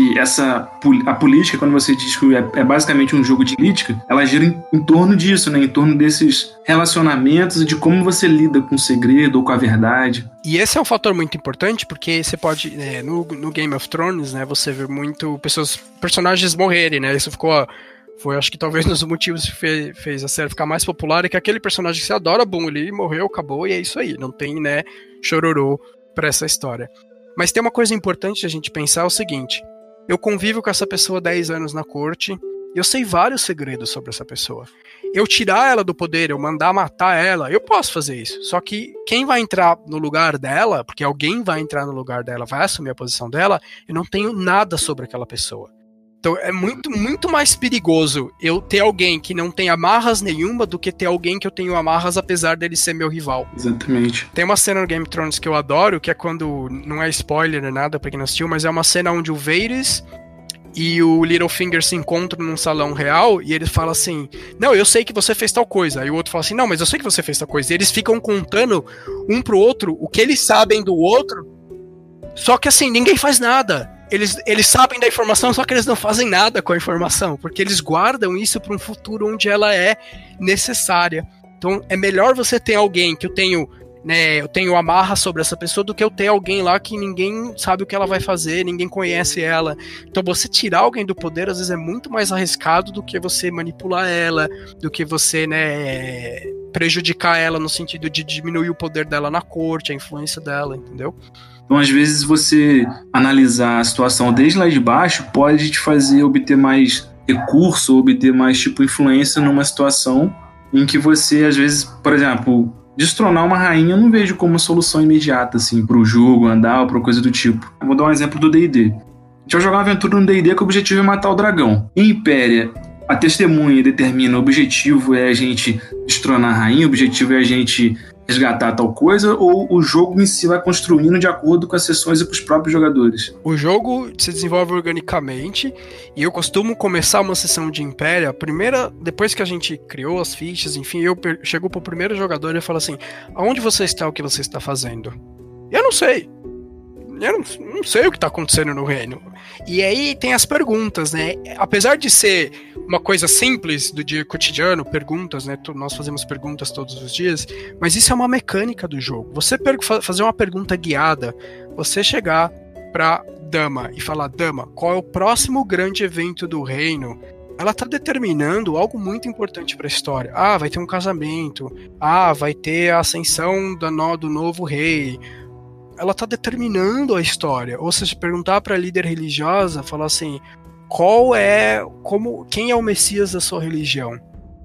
a política, quando você diz que é basicamente um jogo de política, ela gira em torno disso, né? Em torno desses relacionamentos e de como você lida com o segredo ou com a verdade. E esse é um fator muito importante, porque você pode, no Game of Thrones, né, você vê muito personagens morrerem, né? Isso foi acho que talvez um dos motivos que fez a série ficar mais popular, é que aquele personagem que você adora, ele morreu, acabou, e é isso aí. Não tem, né, chororô pra essa história. Mas tem uma coisa importante a gente pensar, é o seguinte, eu convivo com essa pessoa há 10 anos na corte, eu sei vários segredos sobre essa pessoa. Eu tirar ela do poder, eu mandar matar ela, eu posso fazer isso. Só que quem vai entrar no lugar dela, porque alguém vai entrar no lugar dela, vai assumir a posição dela, eu não tenho nada sobre aquela pessoa. Então é muito, muito mais perigoso eu ter alguém que não tem amarras nenhuma do que ter alguém que eu tenho amarras apesar dele ser meu rival. Exatamente. Tem uma cena no Game of Thrones que eu adoro, que é quando, não é spoiler, não é nada pra quem não assistiu, mas é uma cena onde o Varys e o Littlefinger se encontram num salão real e eles falam assim, não, eu sei que você fez tal coisa. Aí o outro fala assim, não, mas eu sei que você fez tal coisa. E eles ficam contando um pro outro o que eles sabem do outro, só que assim, ninguém faz nada. Eles sabem da informação, só que eles não fazem nada com a informação, porque eles guardam isso para um futuro onde ela é necessária. Então é melhor você ter alguém que eu tenho amarra sobre essa pessoa do que eu ter alguém lá que ninguém sabe o que ela vai fazer, ninguém conhece ela. Então você tirar alguém do poder às vezes é muito mais arriscado do que você manipular ela, do que você, prejudicar ela no sentido de diminuir o poder dela na corte, a influência dela, entendeu? Então, às vezes, você analisar a situação desde lá de baixo pode te fazer obter mais recurso, obter mais, influência numa situação em que você, às vezes, por exemplo, destronar uma rainha eu não vejo como uma solução imediata, assim, pro jogo andar ou pra coisa do tipo. Eu vou dar um exemplo do D&D. A gente vai jogar uma aventura no D&D que o objetivo é matar o dragão. Em Impéria, a testemunha determina o objetivo é a gente destronar a rainha, o objetivo é a gente resgatar tal coisa, ou o jogo em si vai construindo de acordo com as sessões e com os próprios jogadores? O jogo se desenvolve organicamente e eu costumo começar uma sessão de Impéria, depois que a gente criou as fichas, enfim, eu chego pro primeiro jogador e falo assim, aonde você está, o que você está fazendo? Eu não sei. Eu não sei o que está acontecendo no reino. E aí tem as perguntas, né? Apesar de ser uma coisa simples do dia cotidiano, perguntas, né? Nós fazemos perguntas todos os dias, mas isso é uma mecânica do jogo. Você fazer uma pergunta guiada, você chegar pra dama e falar, dama, qual é o próximo grande evento do reino? Ela tá determinando algo muito importante para a história. Ah, vai ter um casamento. Ah, vai ter a ascensão do novo rei. Ela tá determinando a história. Ou seja, perguntar pra líder religiosa, falar assim, quem é o Messias da sua religião?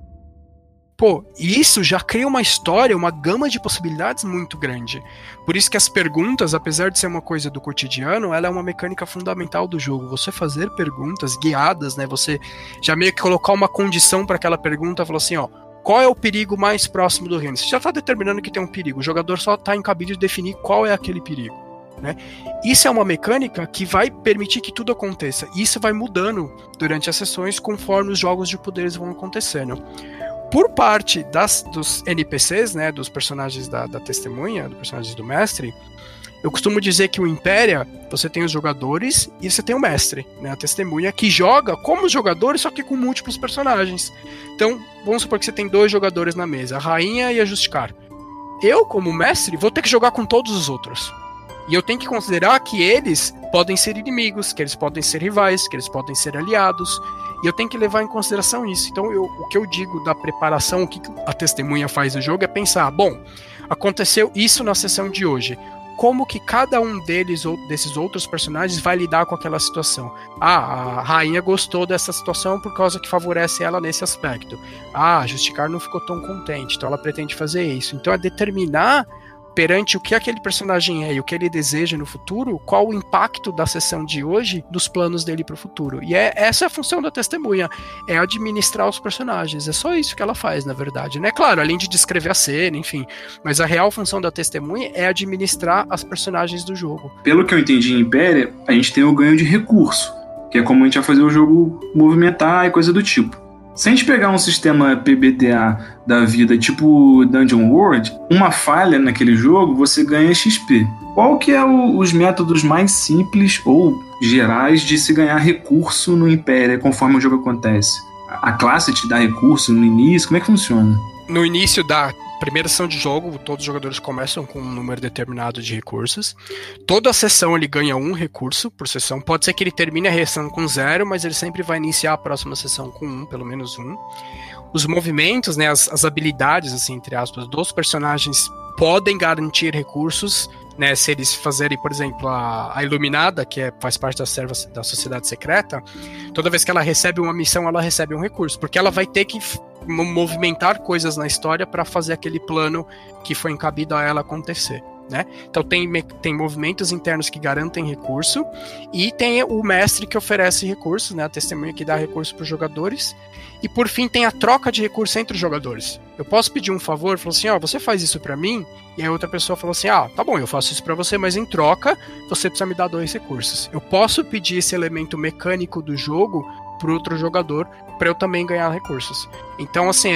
Pô, isso já cria uma história, uma gama de possibilidades muito grande. Por isso que as perguntas, apesar de ser uma coisa do cotidiano, ela é uma mecânica fundamental do jogo. Você fazer perguntas guiadas, né? Você já meio que colocar uma condição para aquela pergunta, falar assim, ó, qual é o perigo mais próximo do reino? Você já está determinando que tem um perigo. O jogador só está incumbido de definir qual é aquele perigo, né? Isso é uma mecânica que vai permitir que tudo aconteça. E isso vai mudando durante as sessões conforme os jogos de poderes vão acontecendo. Por parte dos NPCs, né, dos personagens da testemunha, dos personagens do mestre, eu costumo dizer que o Impéria, você tem os jogadores e você tem o mestre, né, a testemunha, que joga como os jogadores, só que com múltiplos personagens. Então, vamos supor que você tem 2 jogadores na mesa, a rainha e a Justicar. Eu, como mestre, vou ter que jogar com todos os outros. E eu tenho que considerar que eles podem ser inimigos, que eles podem ser rivais, que eles podem ser aliados. E eu tenho que levar em consideração isso. Então, o que eu digo da preparação, o que a testemunha faz no jogo é pensar, bom, aconteceu isso na sessão de hoje. Como que cada um deles ou desses outros personagens vai lidar com aquela situação? Ah, a rainha gostou dessa situação por causa que favorece ela nesse aspecto. Ah, a Justicar não ficou tão contente, então ela pretende fazer isso. Então é determinar perante o que aquele personagem é e o que ele deseja no futuro, qual o impacto da sessão de hoje dos planos dele para o futuro. E essa é a função da testemunha, é administrar os personagens. É só isso que ela faz, na verdade, né? Claro, além de descrever a cena, enfim. Mas a real função da testemunha é administrar as personagens do jogo. Pelo que eu entendi em Impéria, a gente tem o ganho de recurso, que é como a gente vai fazer o jogo movimentar e coisa do tipo. Se a gente pegar um sistema PBTA da vida tipo Dungeon World, uma falha naquele jogo, você ganha XP. Qual que é os métodos mais simples ou gerais de se ganhar recurso no Impéria conforme o jogo acontece? A classe te dá recurso no início? Como é que funciona? No início da primeira sessão de jogo, todos os jogadores começam com um número determinado de recursos. Toda sessão ele ganha 1 recurso por sessão. Pode ser que ele termine a sessão com 0, mas ele sempre vai iniciar a próxima sessão com 1, pelo menos 1. Os movimentos, né, as habilidades, assim, entre aspas, dos personagens podem garantir recursos, né, se eles fazerem, por exemplo, a Iluminada, que faz parte da Sociedade Secreta, toda vez que ela recebe uma missão, ela recebe um recurso, porque ela vai ter que movimentar coisas na história para fazer aquele plano que foi encabido a ela acontecer, né? Então tem movimentos internos que garantem recurso e tem o mestre que oferece recursos, né? A testemunha que dá recurso para os jogadores. E por fim tem a troca de recursos entre os jogadores. Eu posso pedir um favor, falar assim, ó, você faz isso para mim? E a outra pessoa falou assim, tá bom, eu faço isso para você, mas em troca você precisa me dar 2 recursos. Eu posso pedir esse elemento mecânico do jogo para outro jogador para eu também ganhar recursos. Então, assim,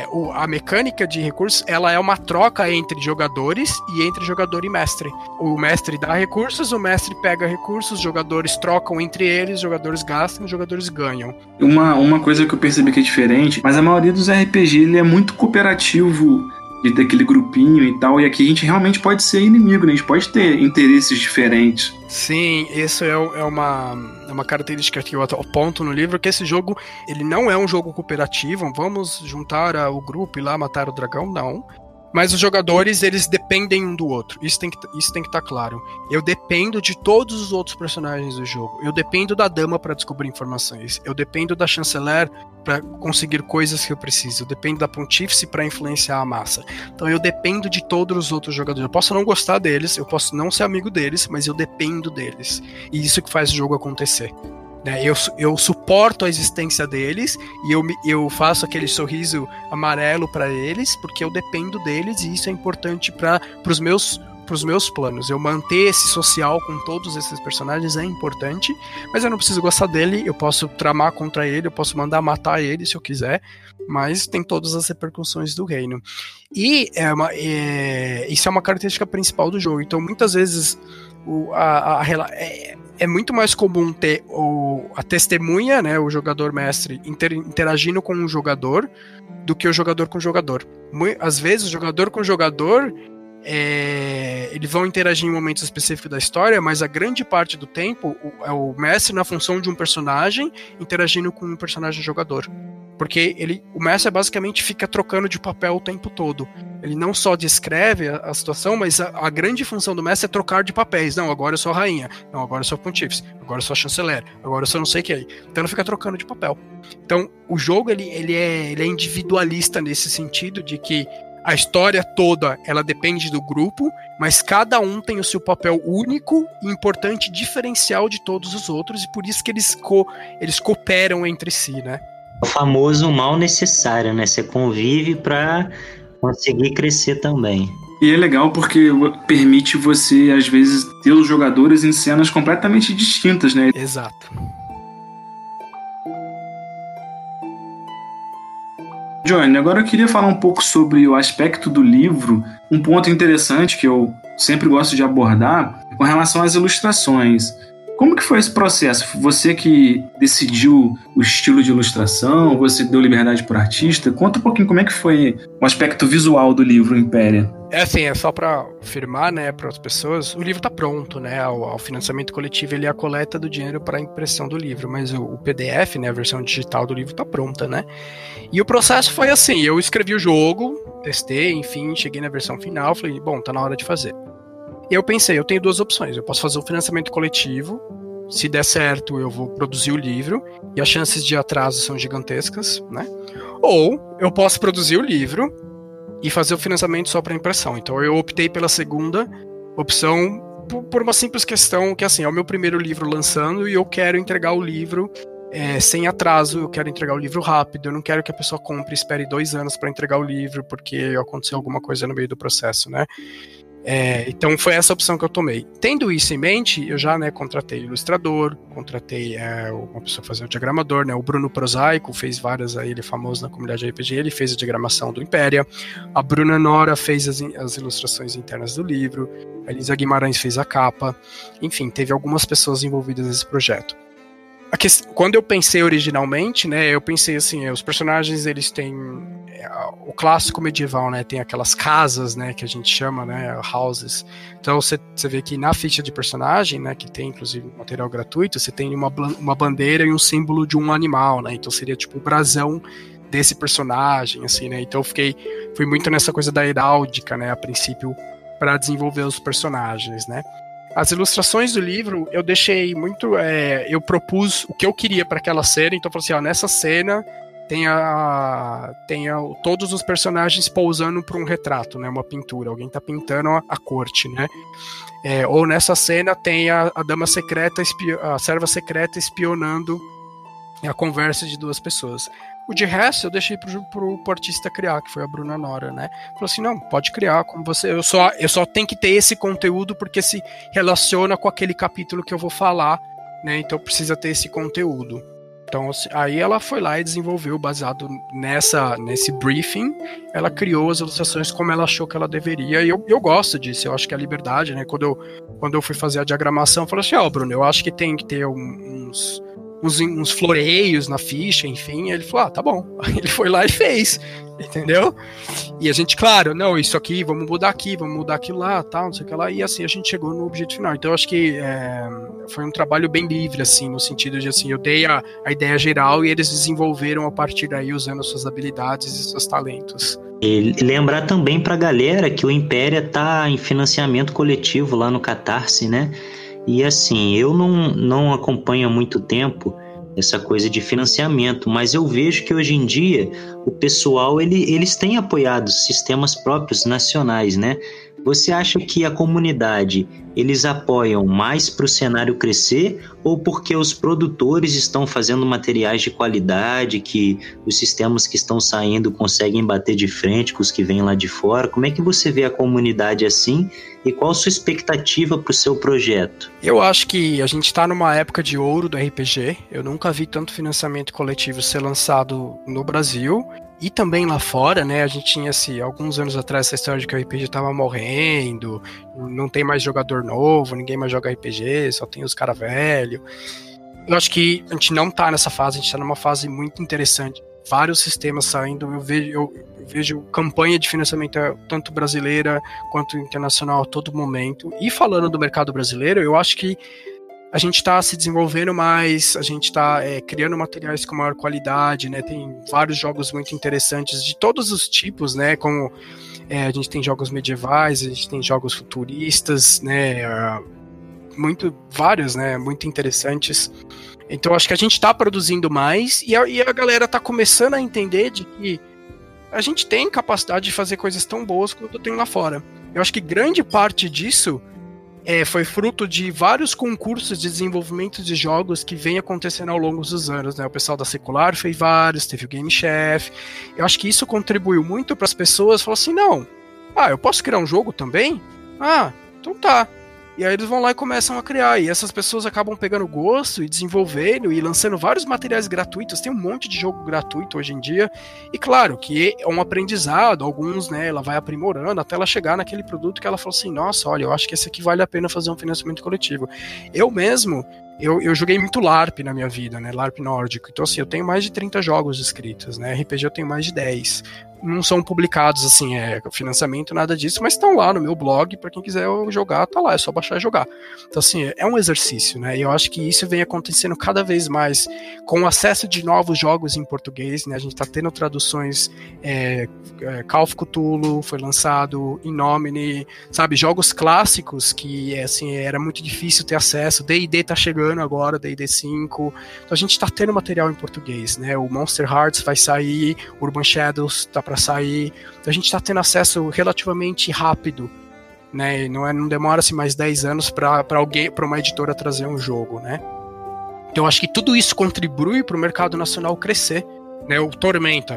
a mecânica de recursos, ela é uma troca entre jogadores e entre jogador e mestre. O mestre dá recursos, o mestre pega recursos, os jogadores trocam entre eles, os jogadores gastam, os jogadores ganham. Uma coisa que eu percebi que é diferente, mas a maioria dos RPG ele é muito cooperativo, de ter aquele grupinho e tal, e aqui a gente realmente pode ser inimigo, né? A gente pode ter interesses diferentes. Sim, isso é uma característica que eu aponto no livro, que esse jogo, ele não é um jogo cooperativo, vamos juntar o grupo e lá matar o dragão, não. Mas os jogadores, eles dependem um do outro. Isso tem que estar claro. Eu dependo de todos os outros personagens do jogo. Eu dependo da dama para descobrir informações. Eu dependo da chanceler para conseguir coisas que eu preciso. Eu dependo da pontífice para influenciar a massa. Então eu dependo de todos os outros jogadores. Eu posso não gostar deles, eu posso não ser amigo deles, mas eu dependo deles. E isso que faz o jogo acontecer. Eu suporto a existência deles e eu faço aquele sorriso amarelo para eles porque eu dependo deles e isso é importante para os meus planos. Eu manter esse social com todos esses personagens é importante, mas eu não preciso gostar dele, eu posso tramar contra ele, eu posso mandar matar ele se eu quiser, mas tem todas as repercussões do reino. E isso é uma característica principal do jogo. Então muitas vezes é muito mais comum ter a testemunha, né, o jogador mestre, interagindo com o jogador do que o jogador com o jogador. Às vezes, o jogador com o jogador, eles vão interagir em momentos específicos da história, mas a grande parte do tempo é o mestre na função de um personagem interagindo com um personagem jogador. Porque o mestre basicamente fica trocando de papel o tempo todo. Ele não só descreve a situação, mas a grande função do mestre é trocar de papéis. Não, agora eu sou a rainha. Não, agora eu sou a pontífice. Agora eu sou a chanceler. Agora eu sou não sei o que aí. Então ele fica trocando de papel. Então o jogo ele é individualista nesse sentido de que a história toda ela depende do grupo, mas cada um tem o seu papel único e importante diferencial de todos os outros, e por isso que eles cooperam entre si, né? O famoso mal necessário, né? Você convive para conseguir crescer também. E é legal porque permite você, às vezes, ter os jogadores em cenas completamente distintas, né? Exato. Johnny, agora eu queria falar um pouco sobre o aspecto do livro. Um ponto interessante que eu sempre gosto de abordar é com relação às ilustrações. Como que foi esse processo? Você que decidiu o estilo de ilustração, você deu liberdade para o artista? Conta um pouquinho como é que foi o aspecto visual do livro Impéria. É só para afirmar, né, para as pessoas, o livro está pronto, né, o financiamento coletivo ele é a coleta do dinheiro para a impressão do livro, mas o PDF, né, a versão digital do livro está pronta, né, e o processo foi assim, eu escrevi o jogo, testei, enfim, cheguei na versão final, falei, bom, tá na hora de fazer. E eu pensei, eu tenho duas opções, eu posso fazer um financiamento coletivo, se der certo eu vou produzir o livro, e as chances de atraso são gigantescas, né, ou eu posso produzir o livro e fazer o financiamento só para impressão. Então eu optei pela segunda opção por uma simples questão que assim, é o meu primeiro livro lançando e eu quero entregar o livro sem atraso, eu quero entregar o livro rápido, eu não quero que a pessoa compre e espere 2 anos para entregar o livro porque aconteceu alguma coisa no meio do processo, né? Então foi essa opção que eu tomei. Tendo isso em mente, eu já, né, contratei ilustrador, contratei uma pessoa fazer o diagramador, né, o Bruno Prosaico fez várias, aí ele é famoso na comunidade RPG, ele fez a diagramação do Impéria, a Bruna Nora fez as ilustrações internas do livro, a Elisa Guimarães fez a capa, enfim, teve algumas pessoas envolvidas nesse projeto. Quando eu pensei originalmente, né, eu pensei assim, os personagens eles têm o clássico medieval, né, tem aquelas casas, né, que a gente chama, né, houses. Então você vê que na ficha de personagem, né, que tem inclusive material gratuito, você tem uma bandeira e um símbolo de um animal, né, então seria tipo o brasão desse personagem, assim, né, então fui muito nessa coisa da heráldica, né, a princípio para desenvolver os personagens, né. As ilustrações do livro, eu deixei muito... eu propus o que eu queria para aquela cena, então eu falei assim, nessa cena tem todos os personagens pousando para um retrato, né, uma pintura, alguém tá pintando a corte, né? Ou nessa cena tem a dama secreta, a serva secreta espionando a conversa de 2 pessoas. O de resto eu deixei pro artista criar, que foi a Bruna Nora, né? Falou assim, não, pode criar como você... Eu só tenho que ter esse conteúdo porque se relaciona com aquele capítulo que eu vou falar, né? Então precisa ter esse conteúdo. Então assim, aí ela foi lá e desenvolveu, baseado nesse briefing, ela criou as ilustrações como ela achou que ela deveria, e eu gosto disso, eu acho que é a liberdade, né? Quando eu fui fazer a diagramação, eu falei assim, Bruno, eu acho que tem que ter uns floreios na ficha, enfim, ele falou, tá bom. Aí ele foi lá e fez, entendeu? E a gente, claro, não, isso aqui, vamos mudar aquilo lá, tal, não sei o que lá, e assim, a gente chegou no objetivo final. Então eu acho que foi um trabalho bem livre, assim, no sentido de, assim, eu dei a ideia geral e eles desenvolveram a partir daí, usando suas habilidades e seus talentos. E lembrar também pra galera que o Impéria tá em financiamento coletivo lá no Catarse, né? E assim, eu não acompanho há muito tempo essa coisa de financiamento, mas eu vejo que hoje em dia o pessoal, eles têm apoiado sistemas próprios nacionais, né? Você acha que a comunidade, eles apoiam mais para o cenário crescer ou porque os produtores estão fazendo materiais de qualidade, que os sistemas que estão saindo conseguem bater de frente com os que vêm lá de fora? Como é que você vê a comunidade assim e qual a sua expectativa para o seu projeto? Eu acho que a gente está numa época de ouro do RPG. Eu nunca vi tanto financiamento coletivo ser lançado no Brasil. E também lá fora, né, a gente tinha alguns anos atrás essa história de que o RPG tava morrendo, não tem mais jogador novo, ninguém mais joga RPG, só tem os caras velhos. Eu acho que a gente não tá nessa fase, a gente tá numa fase muito interessante. Vários sistemas saindo, eu vejo campanha de financiamento tanto brasileira quanto internacional a todo momento. E falando do mercado brasileiro, eu acho que a gente está se desenvolvendo mais, a gente está criando materiais com maior qualidade, né? Tem vários jogos muito interessantes de todos os tipos, né? Como a gente tem jogos medievais, a gente tem jogos futuristas, né? Vários, né? Muito interessantes. Então acho que a gente está produzindo mais e a galera está começando a entender de que a gente tem capacidade de fazer coisas tão boas quanto tem lá fora. Eu acho que grande parte disso foi fruto de vários concursos de desenvolvimento de jogos que vem acontecendo ao longo dos anos, né? O pessoal da Secular fez vários, teve o Game Chef. Eu acho que isso contribuiu muito para as pessoas falar assim, não, eu posso criar um jogo também? Então tá. E aí eles vão lá e começam a criar, e essas pessoas acabam pegando gosto e desenvolvendo e lançando vários materiais gratuitos. Tem um monte de jogo gratuito hoje em dia, e claro que é um aprendizado, alguns, né, ela vai aprimorando até ela chegar naquele produto que ela falou assim, nossa, olha, eu acho que esse aqui vale a pena fazer um financiamento coletivo. Eu mesmo, eu joguei muito LARP na minha vida, né, LARP nórdico, então assim, eu tenho mais de 30 jogos escritos, né, RPG eu tenho mais de 10. Não são publicados, assim, financiamento, nada disso, mas estão lá no meu blog, para quem quiser jogar, tá lá, é só baixar e jogar. Então, assim, é um exercício, né, e eu acho que isso vem acontecendo cada vez mais, com o acesso de novos jogos em português, né, a gente tá tendo traduções, Call of Cthulhu foi lançado, Innomine, sabe, jogos clássicos que, assim, era muito difícil ter acesso, D&D tá chegando agora, D&D 5, então a gente tá tendo material em português, né, o Monster Hearts vai sair, Urban Shadows tá para sair, então a gente está tendo acesso relativamente rápido, né? Não demora-se mais 10 anos para uma editora trazer um jogo, né? Então eu acho que tudo isso contribui para o mercado nacional crescer, né? O Tormenta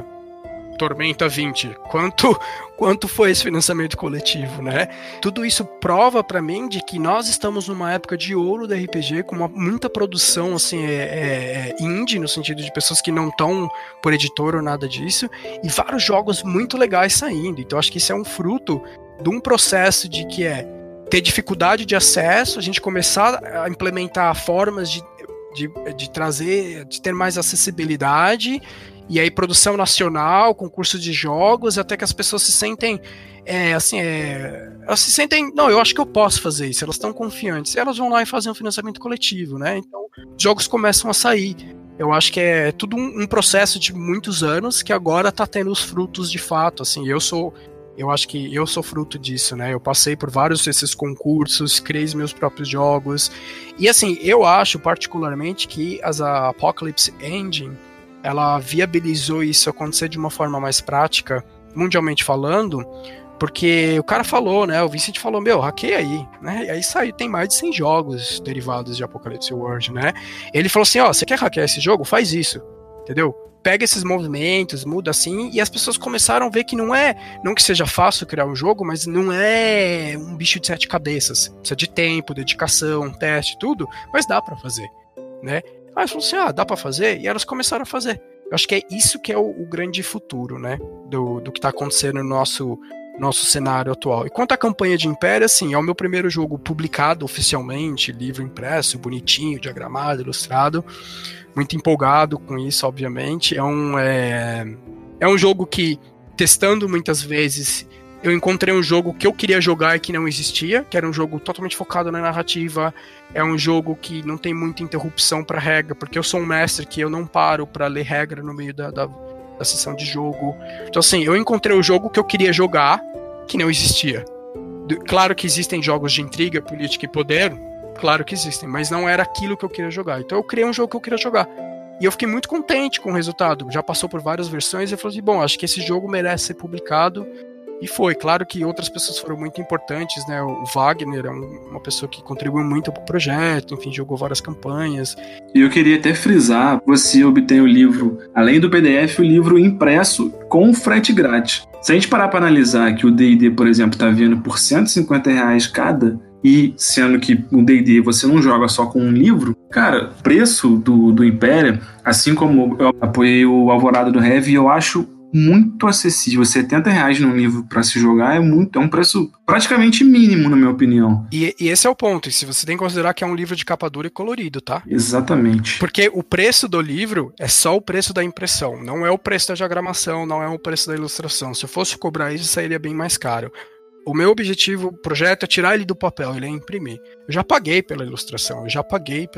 20, quanto foi esse financiamento coletivo, né? Tudo isso prova para mim de que nós estamos numa época de ouro da RPG, com muita produção, assim, indie, no sentido de pessoas que não estão por editor ou nada disso, e vários jogos muito legais saindo. Então acho que isso é um fruto de um processo de que ter dificuldade de acesso, a gente começar a implementar formas de trazer, de ter mais acessibilidade. E aí produção nacional, concurso de jogos, até que as pessoas se sentem, elas se sentem, não, eu acho que eu posso fazer isso, elas estão confiantes, e elas vão lá e fazem um financiamento coletivo, né? Então, os jogos começam a sair. Eu acho que é tudo um processo de muitos anos que agora tá tendo os frutos de fato, assim, eu acho que eu sou fruto disso, né? Eu passei por vários desses concursos, criei os meus próprios jogos, e assim, eu acho particularmente que a Apocalypse Engine, ela viabilizou isso acontecer de uma forma mais prática, mundialmente falando, porque o cara falou, né, o Vincent falou, hackeia aí, né, e aí saiu, tem mais de 100 jogos derivados de Apocalypse World, né, ele falou assim, você quer hackear esse jogo? Faz isso, entendeu? Pega esses movimentos, muda assim, e as pessoas começaram a ver que não que seja fácil criar um jogo, mas não é um bicho de 7 cabeças, precisa de tempo, dedicação, teste, tudo, mas dá pra fazer, né. Aí elas falaram assim, dá pra fazer? E elas começaram a fazer. Eu acho que é isso que é o grande futuro, né? Do que tá acontecendo no nosso cenário atual. E quanto à campanha de Império, assim, é o meu primeiro jogo publicado oficialmente, livro impresso, bonitinho, diagramado, ilustrado. Muito empolgado com isso, obviamente. É um jogo que, testando muitas vezes, eu encontrei um jogo que eu queria jogar e que não existia, que era um jogo totalmente focado na narrativa, é um jogo que não tem muita interrupção para regra, porque eu sou um mestre que eu não paro para ler regra no meio da sessão de jogo. Então assim, eu encontrei o jogo que eu queria jogar, que não existia. Claro que existem jogos de intriga, política e poder, claro que existem, mas não era aquilo que eu queria jogar. Então eu criei um jogo que eu queria jogar. E eu fiquei muito contente com o resultado. Já passou por várias versões e eu falei assim, bom, acho que esse jogo merece ser publicado. E foi. Claro que outras pessoas foram muito importantes, né? O Wagner é uma pessoa que contribuiu muito para o projeto, enfim, jogou várias campanhas. E eu queria até frisar, você obtém o livro, além do PDF, o livro impresso com frete grátis. Se a gente parar para analisar que o D&D, por exemplo, está vindo por R$150 cada, e sendo que o D&D você não joga só com um livro, cara, o preço do Império, assim como eu apoiei o Alvorada do Heavy, eu acho muito acessível. R$70 num livro para se jogar é um preço praticamente mínimo, na minha opinião. E esse é o ponto, e se você tem que considerar que é um livro de capa dura e colorido, tá? Exatamente. Porque o preço do livro é só o preço da impressão, não é o preço da diagramação, não é o preço da ilustração. Se eu fosse cobrar isso, sairia bem mais caro. O meu objetivo, o projeto, é tirar ele do papel, ele é imprimir. Eu já paguei pela ilustração, eu já paguei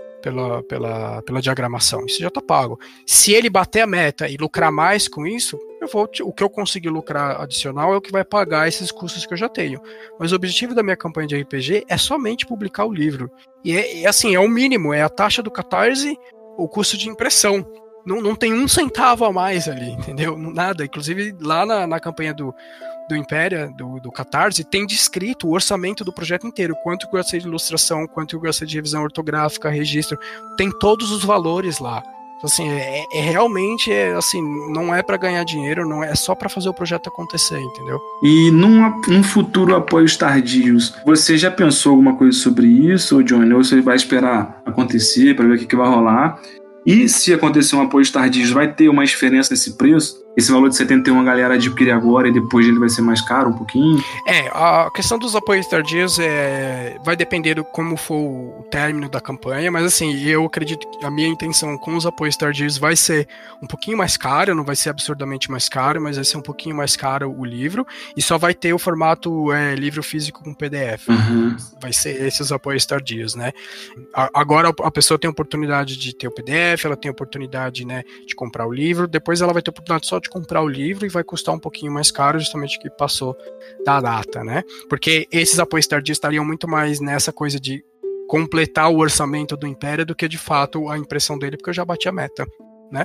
pela diagramação, isso já está pago. Se ele bater a meta e lucrar mais com isso, o que eu conseguir lucrar adicional é o que vai pagar esses custos que eu já tenho. Mas o objetivo da minha campanha de RPG é somente publicar o livro. E assim, é o mínimo, é a taxa do Catarse, o custo de impressão. Não tem um centavo a mais ali, entendeu? Nada. Inclusive, lá na campanha do Império, do Catarse, tem descrito o orçamento do projeto inteiro, quanto que eu gastei de ilustração, quanto eu gastei de revisão ortográfica, registro, tem todos os valores lá. Então, assim, realmente, assim, não é para ganhar dinheiro, não é só para fazer o projeto acontecer, entendeu? E num futuro apoios tardios, você já pensou alguma coisa sobre isso, Johnny? Ou você vai esperar acontecer para ver o que vai rolar? E se acontecer um apoio tardio, vai ter uma diferença nesse preço? Esse valor de 71 a galera adquire agora e depois ele vai ser mais caro um pouquinho? A questão dos apoios tardios vai depender de como for o término da campanha, mas assim, eu acredito que a minha intenção com os apoios tardios vai ser um pouquinho mais caro, não vai ser absurdamente mais caro, mas vai ser um pouquinho mais caro o livro, e só vai ter o formato livro físico com PDF. Uhum. Vai ser esses apoios tardios, né? Agora a pessoa tem a oportunidade de ter o PDF, ela tem a oportunidade, né, de comprar o livro, depois ela vai ter a oportunidade só de comprar o livro e vai custar um pouquinho mais caro, justamente que passou da data, né? Porque esses apoios tardios estariam muito mais nessa coisa de completar o orçamento do Império do que de fato a impressão dele, porque eu já bati a meta, né?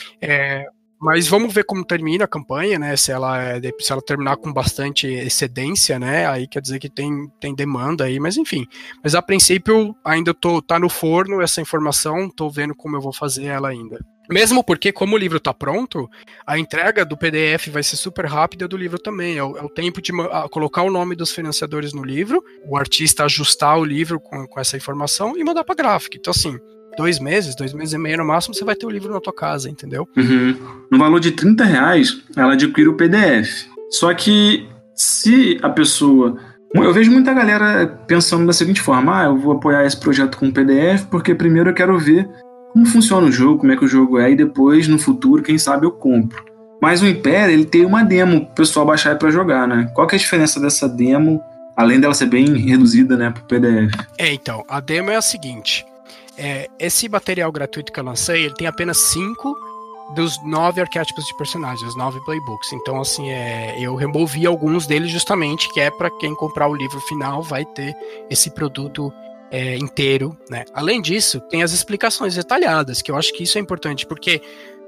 Mas vamos ver como termina a campanha, né? Se ela terminar com bastante excedência, né? Aí quer dizer que tem demanda aí, mas enfim. Mas a princípio ainda tá no forno essa informação, tô vendo como eu vou fazer ela ainda. Mesmo porque, como o livro tá pronto, a entrega do PDF vai ser super rápida, do livro também. É o tempo de colocar o nome dos financiadores no livro, o artista ajustar o livro com essa informação e mandar pra gráfica. Então, assim, 2 meses e meio no máximo, você vai ter o livro na tua casa, entendeu? Uhum. No valor de R$30, ela adquire o PDF. Só que, se a pessoa... Eu vejo muita galera pensando da seguinte forma: eu vou apoiar esse projeto com PDF porque primeiro eu quero ver como funciona o jogo, como é que o jogo é, e depois, no futuro, quem sabe eu compro. Mas o Império, ele tem uma demo pro pessoal baixar pra jogar, né? Qual que é a diferença dessa demo, além dela ser bem reduzida, né, pro PDF? Então, a demo é a seguinte: esse material gratuito que eu lancei, ele tem apenas 5 dos 9 arquétipos de personagens, os 9 playbooks. Então, assim, eu removi alguns deles justamente, que é para quem comprar o livro final vai ter esse produto inteiro, né? Além disso, tem as explicações detalhadas, que eu acho que isso é importante, porque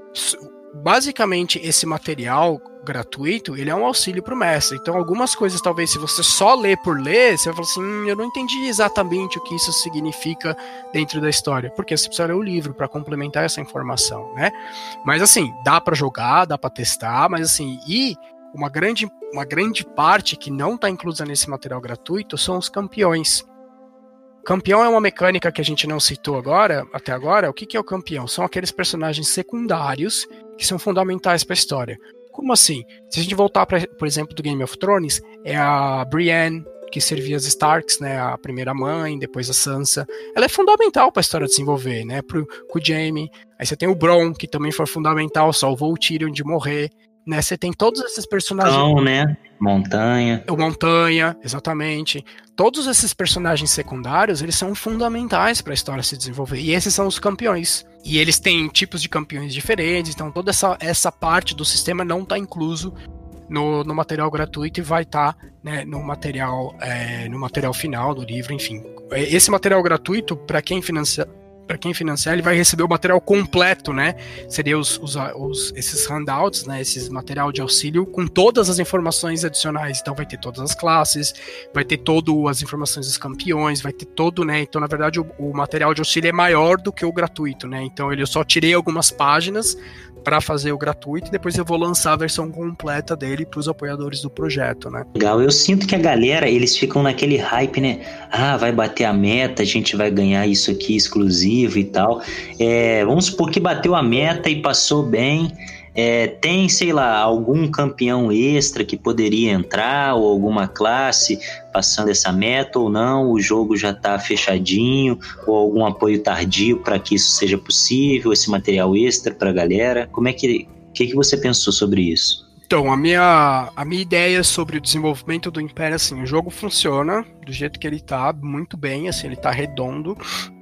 basicamente esse material gratuito, ele é um auxílio para o mestre. Então, algumas coisas, talvez, se você só lê por ler, você vai falar assim, eu não entendi exatamente o que isso significa dentro da história, porque você precisa ler o livro para complementar essa informação, né? Mas, assim, dá para jogar, dá para testar, mas, assim, e uma grande parte que não está inclusa nesse material gratuito são os campeões. Campeão é uma mecânica que a gente não citou até agora. O que é o campeão? São aqueles personagens secundários que são fundamentais para a história. Como assim? Se a gente voltar, por exemplo, do Game of Thrones, é a Brienne, que servia as Starks, né, a primeira mãe, depois a Sansa. Ela é fundamental para a história desenvolver, né, com o Jaime. Aí você tem o Bronn, que também foi fundamental, salvou o Tyrion de morrer. né? Você tem todos esses personagens... Então, né? Montanha. O Montanha, exatamente. Todos esses personagens secundários, eles são fundamentais para a história se desenvolver. E esses são os campeões. E eles têm tipos de campeões diferentes, então toda essa parte do sistema não está incluso no material gratuito e vai estar, né, no material final do livro, enfim. Esse material gratuito, para quem financiar, ele vai receber o material completo, né? Seria esses handouts, né? Esses material de auxílio com todas as informações adicionais. Então vai ter todas as classes, vai ter todas as informações dos campeões, vai ter todo, né? Então, na verdade, o material de auxílio é maior do que o gratuito, né? Então eu só tirei algumas páginas para fazer o gratuito e depois eu vou lançar a versão completa dele para os apoiadores do projeto, né? Legal, eu sinto que a galera, eles ficam naquele hype, né? Ah, vai bater a meta, a gente vai ganhar isso aqui exclusivo e tal. Vamos supor que bateu a meta e passou bem. Tem, sei lá, algum campeão extra que poderia entrar ou alguma classe passando essa meta ou não, o jogo já está fechadinho ou algum apoio tardio para que isso seja possível, esse material extra para a galera. Como é que você pensou sobre isso? Então, a minha ideia sobre o desenvolvimento do Império, assim, o jogo funciona do jeito que ele está, muito bem, assim, ele está redondo.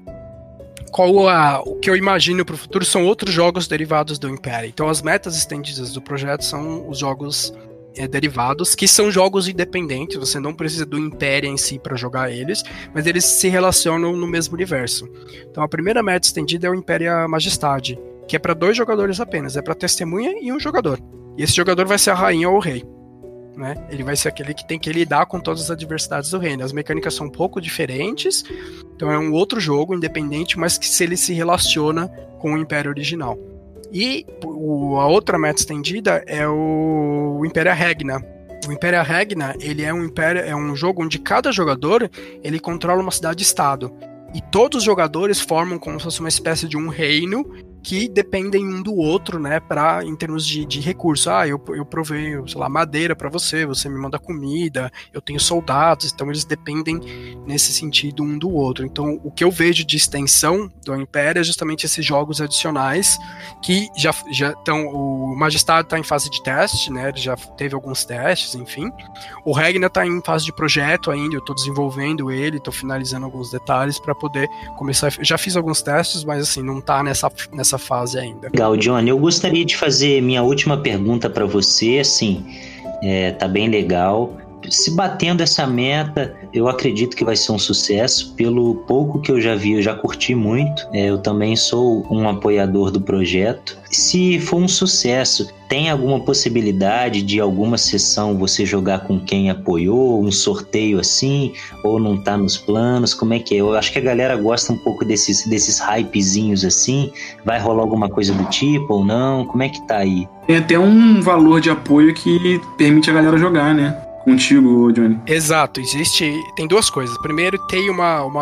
O que eu imagino para o futuro são outros jogos derivados do Império. Então, as metas estendidas do projeto são os jogos derivados, que são jogos independentes, você não precisa do Império em si para jogar eles, mas eles se relacionam no mesmo universo. Então, a primeira meta estendida é o Império Majestade, que é para 2 jogadores apenas, é para testemunha e um jogador. E esse jogador vai ser a rainha ou o rei. Né? Ele vai ser aquele que tem que lidar com todas as adversidades do reino. As mecânicas são um pouco diferentes, então é um outro jogo independente, mas que ele se relaciona com o Império original. E a outra meta estendida é o Império Regna. O Império Regna, ele é um jogo onde cada jogador ele controla uma cidade-estado. E todos os jogadores formam como se fosse uma espécie de um reino que dependem um do outro, né, em termos de recursos. Eu proveio, sei lá, madeira para você me manda comida, eu tenho soldados, então eles dependem nesse sentido um do outro. Então, o que eu vejo de extensão do Império é justamente esses jogos adicionais que já estão. O Majestade está em fase de teste, né, ele já teve alguns testes, enfim. O Regna está em fase de projeto ainda, eu estou desenvolvendo ele, estou finalizando alguns detalhes para poder começar. Eu já fiz alguns testes, mas assim, não está nessa fase ainda. Legal, Johnny, eu gostaria de fazer minha última pergunta para você, assim, tá bem legal. Se batendo essa meta, eu acredito que vai ser um sucesso. Pelo pouco que eu já vi, eu já curti muito. Eu também sou um apoiador do projeto. Se for um sucesso, tem alguma possibilidade de alguma sessão você jogar com quem apoiou, um sorteio assim, ou não tá nos planos? Como é que é? Eu acho que a galera gosta um pouco desses hypezinhos assim. Vai rolar alguma coisa do tipo ou não? Como é que tá aí? Tem até um valor de apoio que permite a galera jogar, né? Contigo, Johnny. Exato, tem 2 coisas. Primeiro, tem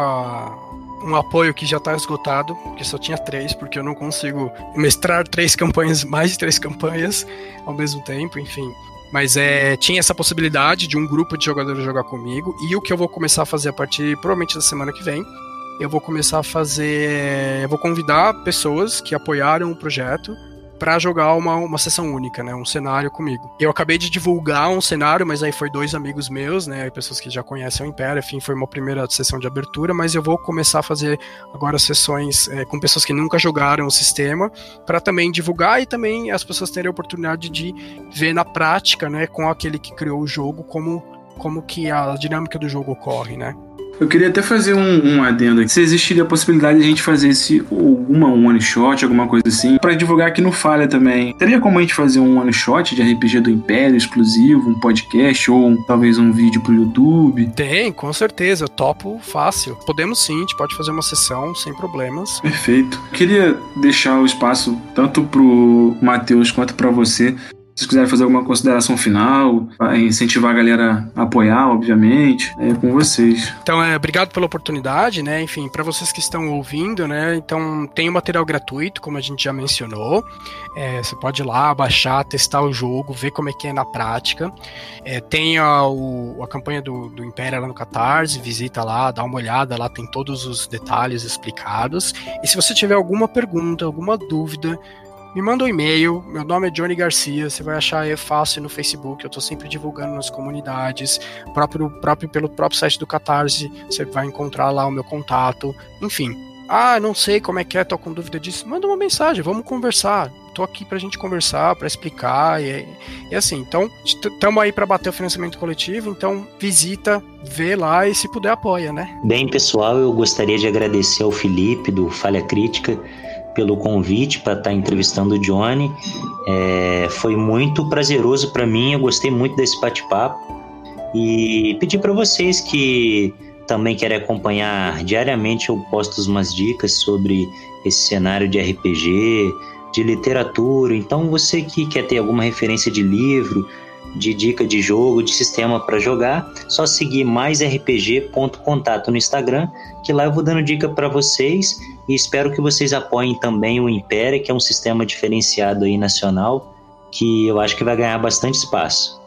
um apoio que já está esgotado, porque só tinha 3, porque eu não consigo mestrar 3 campanhas, mais de 3 campanhas ao mesmo tempo, enfim. Mas tinha essa possibilidade de um grupo de jogadores jogar comigo, e o que eu vou começar a fazer a partir, provavelmente, da semana que vem, eu vou convidar pessoas que apoiaram o projeto para jogar uma sessão única, né, um cenário comigo. Eu acabei de divulgar um cenário, mas aí foi 2 amigos meus, né, pessoas que já conhecem o Império, enfim, foi uma primeira sessão de abertura, mas eu vou começar a fazer agora sessões com pessoas que nunca jogaram o sistema, para também divulgar e também as pessoas terem a oportunidade de ver na prática, né, com aquele que criou o jogo, como que a dinâmica do jogo ocorre, né. Eu queria até fazer um adendo aqui. Se existiria a possibilidade de a gente fazer alguma one shot, alguma coisa assim, pra divulgar aqui no Falha também. Teria como a gente fazer um one shot de RPG do Império exclusivo, um podcast ou talvez um vídeo pro YouTube? Tem, com certeza, eu topo fácil. Podemos sim, a gente pode fazer uma sessão sem problemas. Perfeito. Eu queria deixar o espaço tanto pro Matheus quanto pra você. Se vocês quiserem fazer alguma consideração final, incentivar a galera a apoiar, obviamente, é com vocês. Então, obrigado pela oportunidade, né? Enfim, para vocês que estão ouvindo, né? Então, tem o material gratuito, como a gente já mencionou. Você pode ir lá, baixar, testar o jogo, ver como é que é na prática. Tem a campanha do Império lá no Catarse, visita lá, dá uma olhada, lá tem todos os detalhes explicados. E se você tiver alguma pergunta, alguma dúvida, me manda um e-mail, meu nome é Johnny Garcia, você vai achar fácil no Facebook, eu tô sempre divulgando nas comunidades, pelo próprio site do Catarse, você vai encontrar lá o meu contato, enfim. Não sei como é que é, tô com dúvida disso, manda uma mensagem, vamos conversar. Tô aqui pra gente conversar, pra explicar, e assim, então, estamos aí pra bater o financiamento coletivo, então visita, vê lá e se puder apoia, né? Bem, pessoal, eu gostaria de agradecer ao Felipe do Falha Crítica pelo convite para estar entrevistando o Johnny. Foi muito prazeroso para mim, eu gostei muito desse bate-papo e pedir para vocês que também querem acompanhar diariamente, eu posto umas dicas sobre esse cenário de RPG, de literatura. Então você que quer ter alguma referência de livro, de dica de jogo, de sistema para jogar, só seguir maisrpg.contato no Instagram, que lá eu vou dando dica para vocês e espero que vocês apoiem também o Império, que é um sistema diferenciado aí nacional, que eu acho que vai ganhar bastante espaço.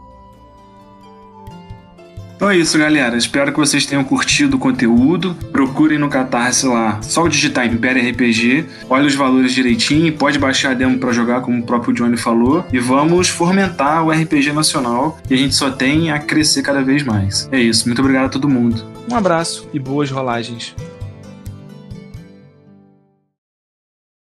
Então é isso, galera. Espero que vocês tenham curtido o conteúdo. Procurem no Catarse lá, só digitar Império RPG. Olha os valores direitinho. Pode baixar a demo para jogar, como o próprio Johnny falou. E vamos fomentar o RPG nacional. E a gente só tem a crescer cada vez mais. É isso. Muito obrigado a todo mundo. Um abraço e boas rolagens.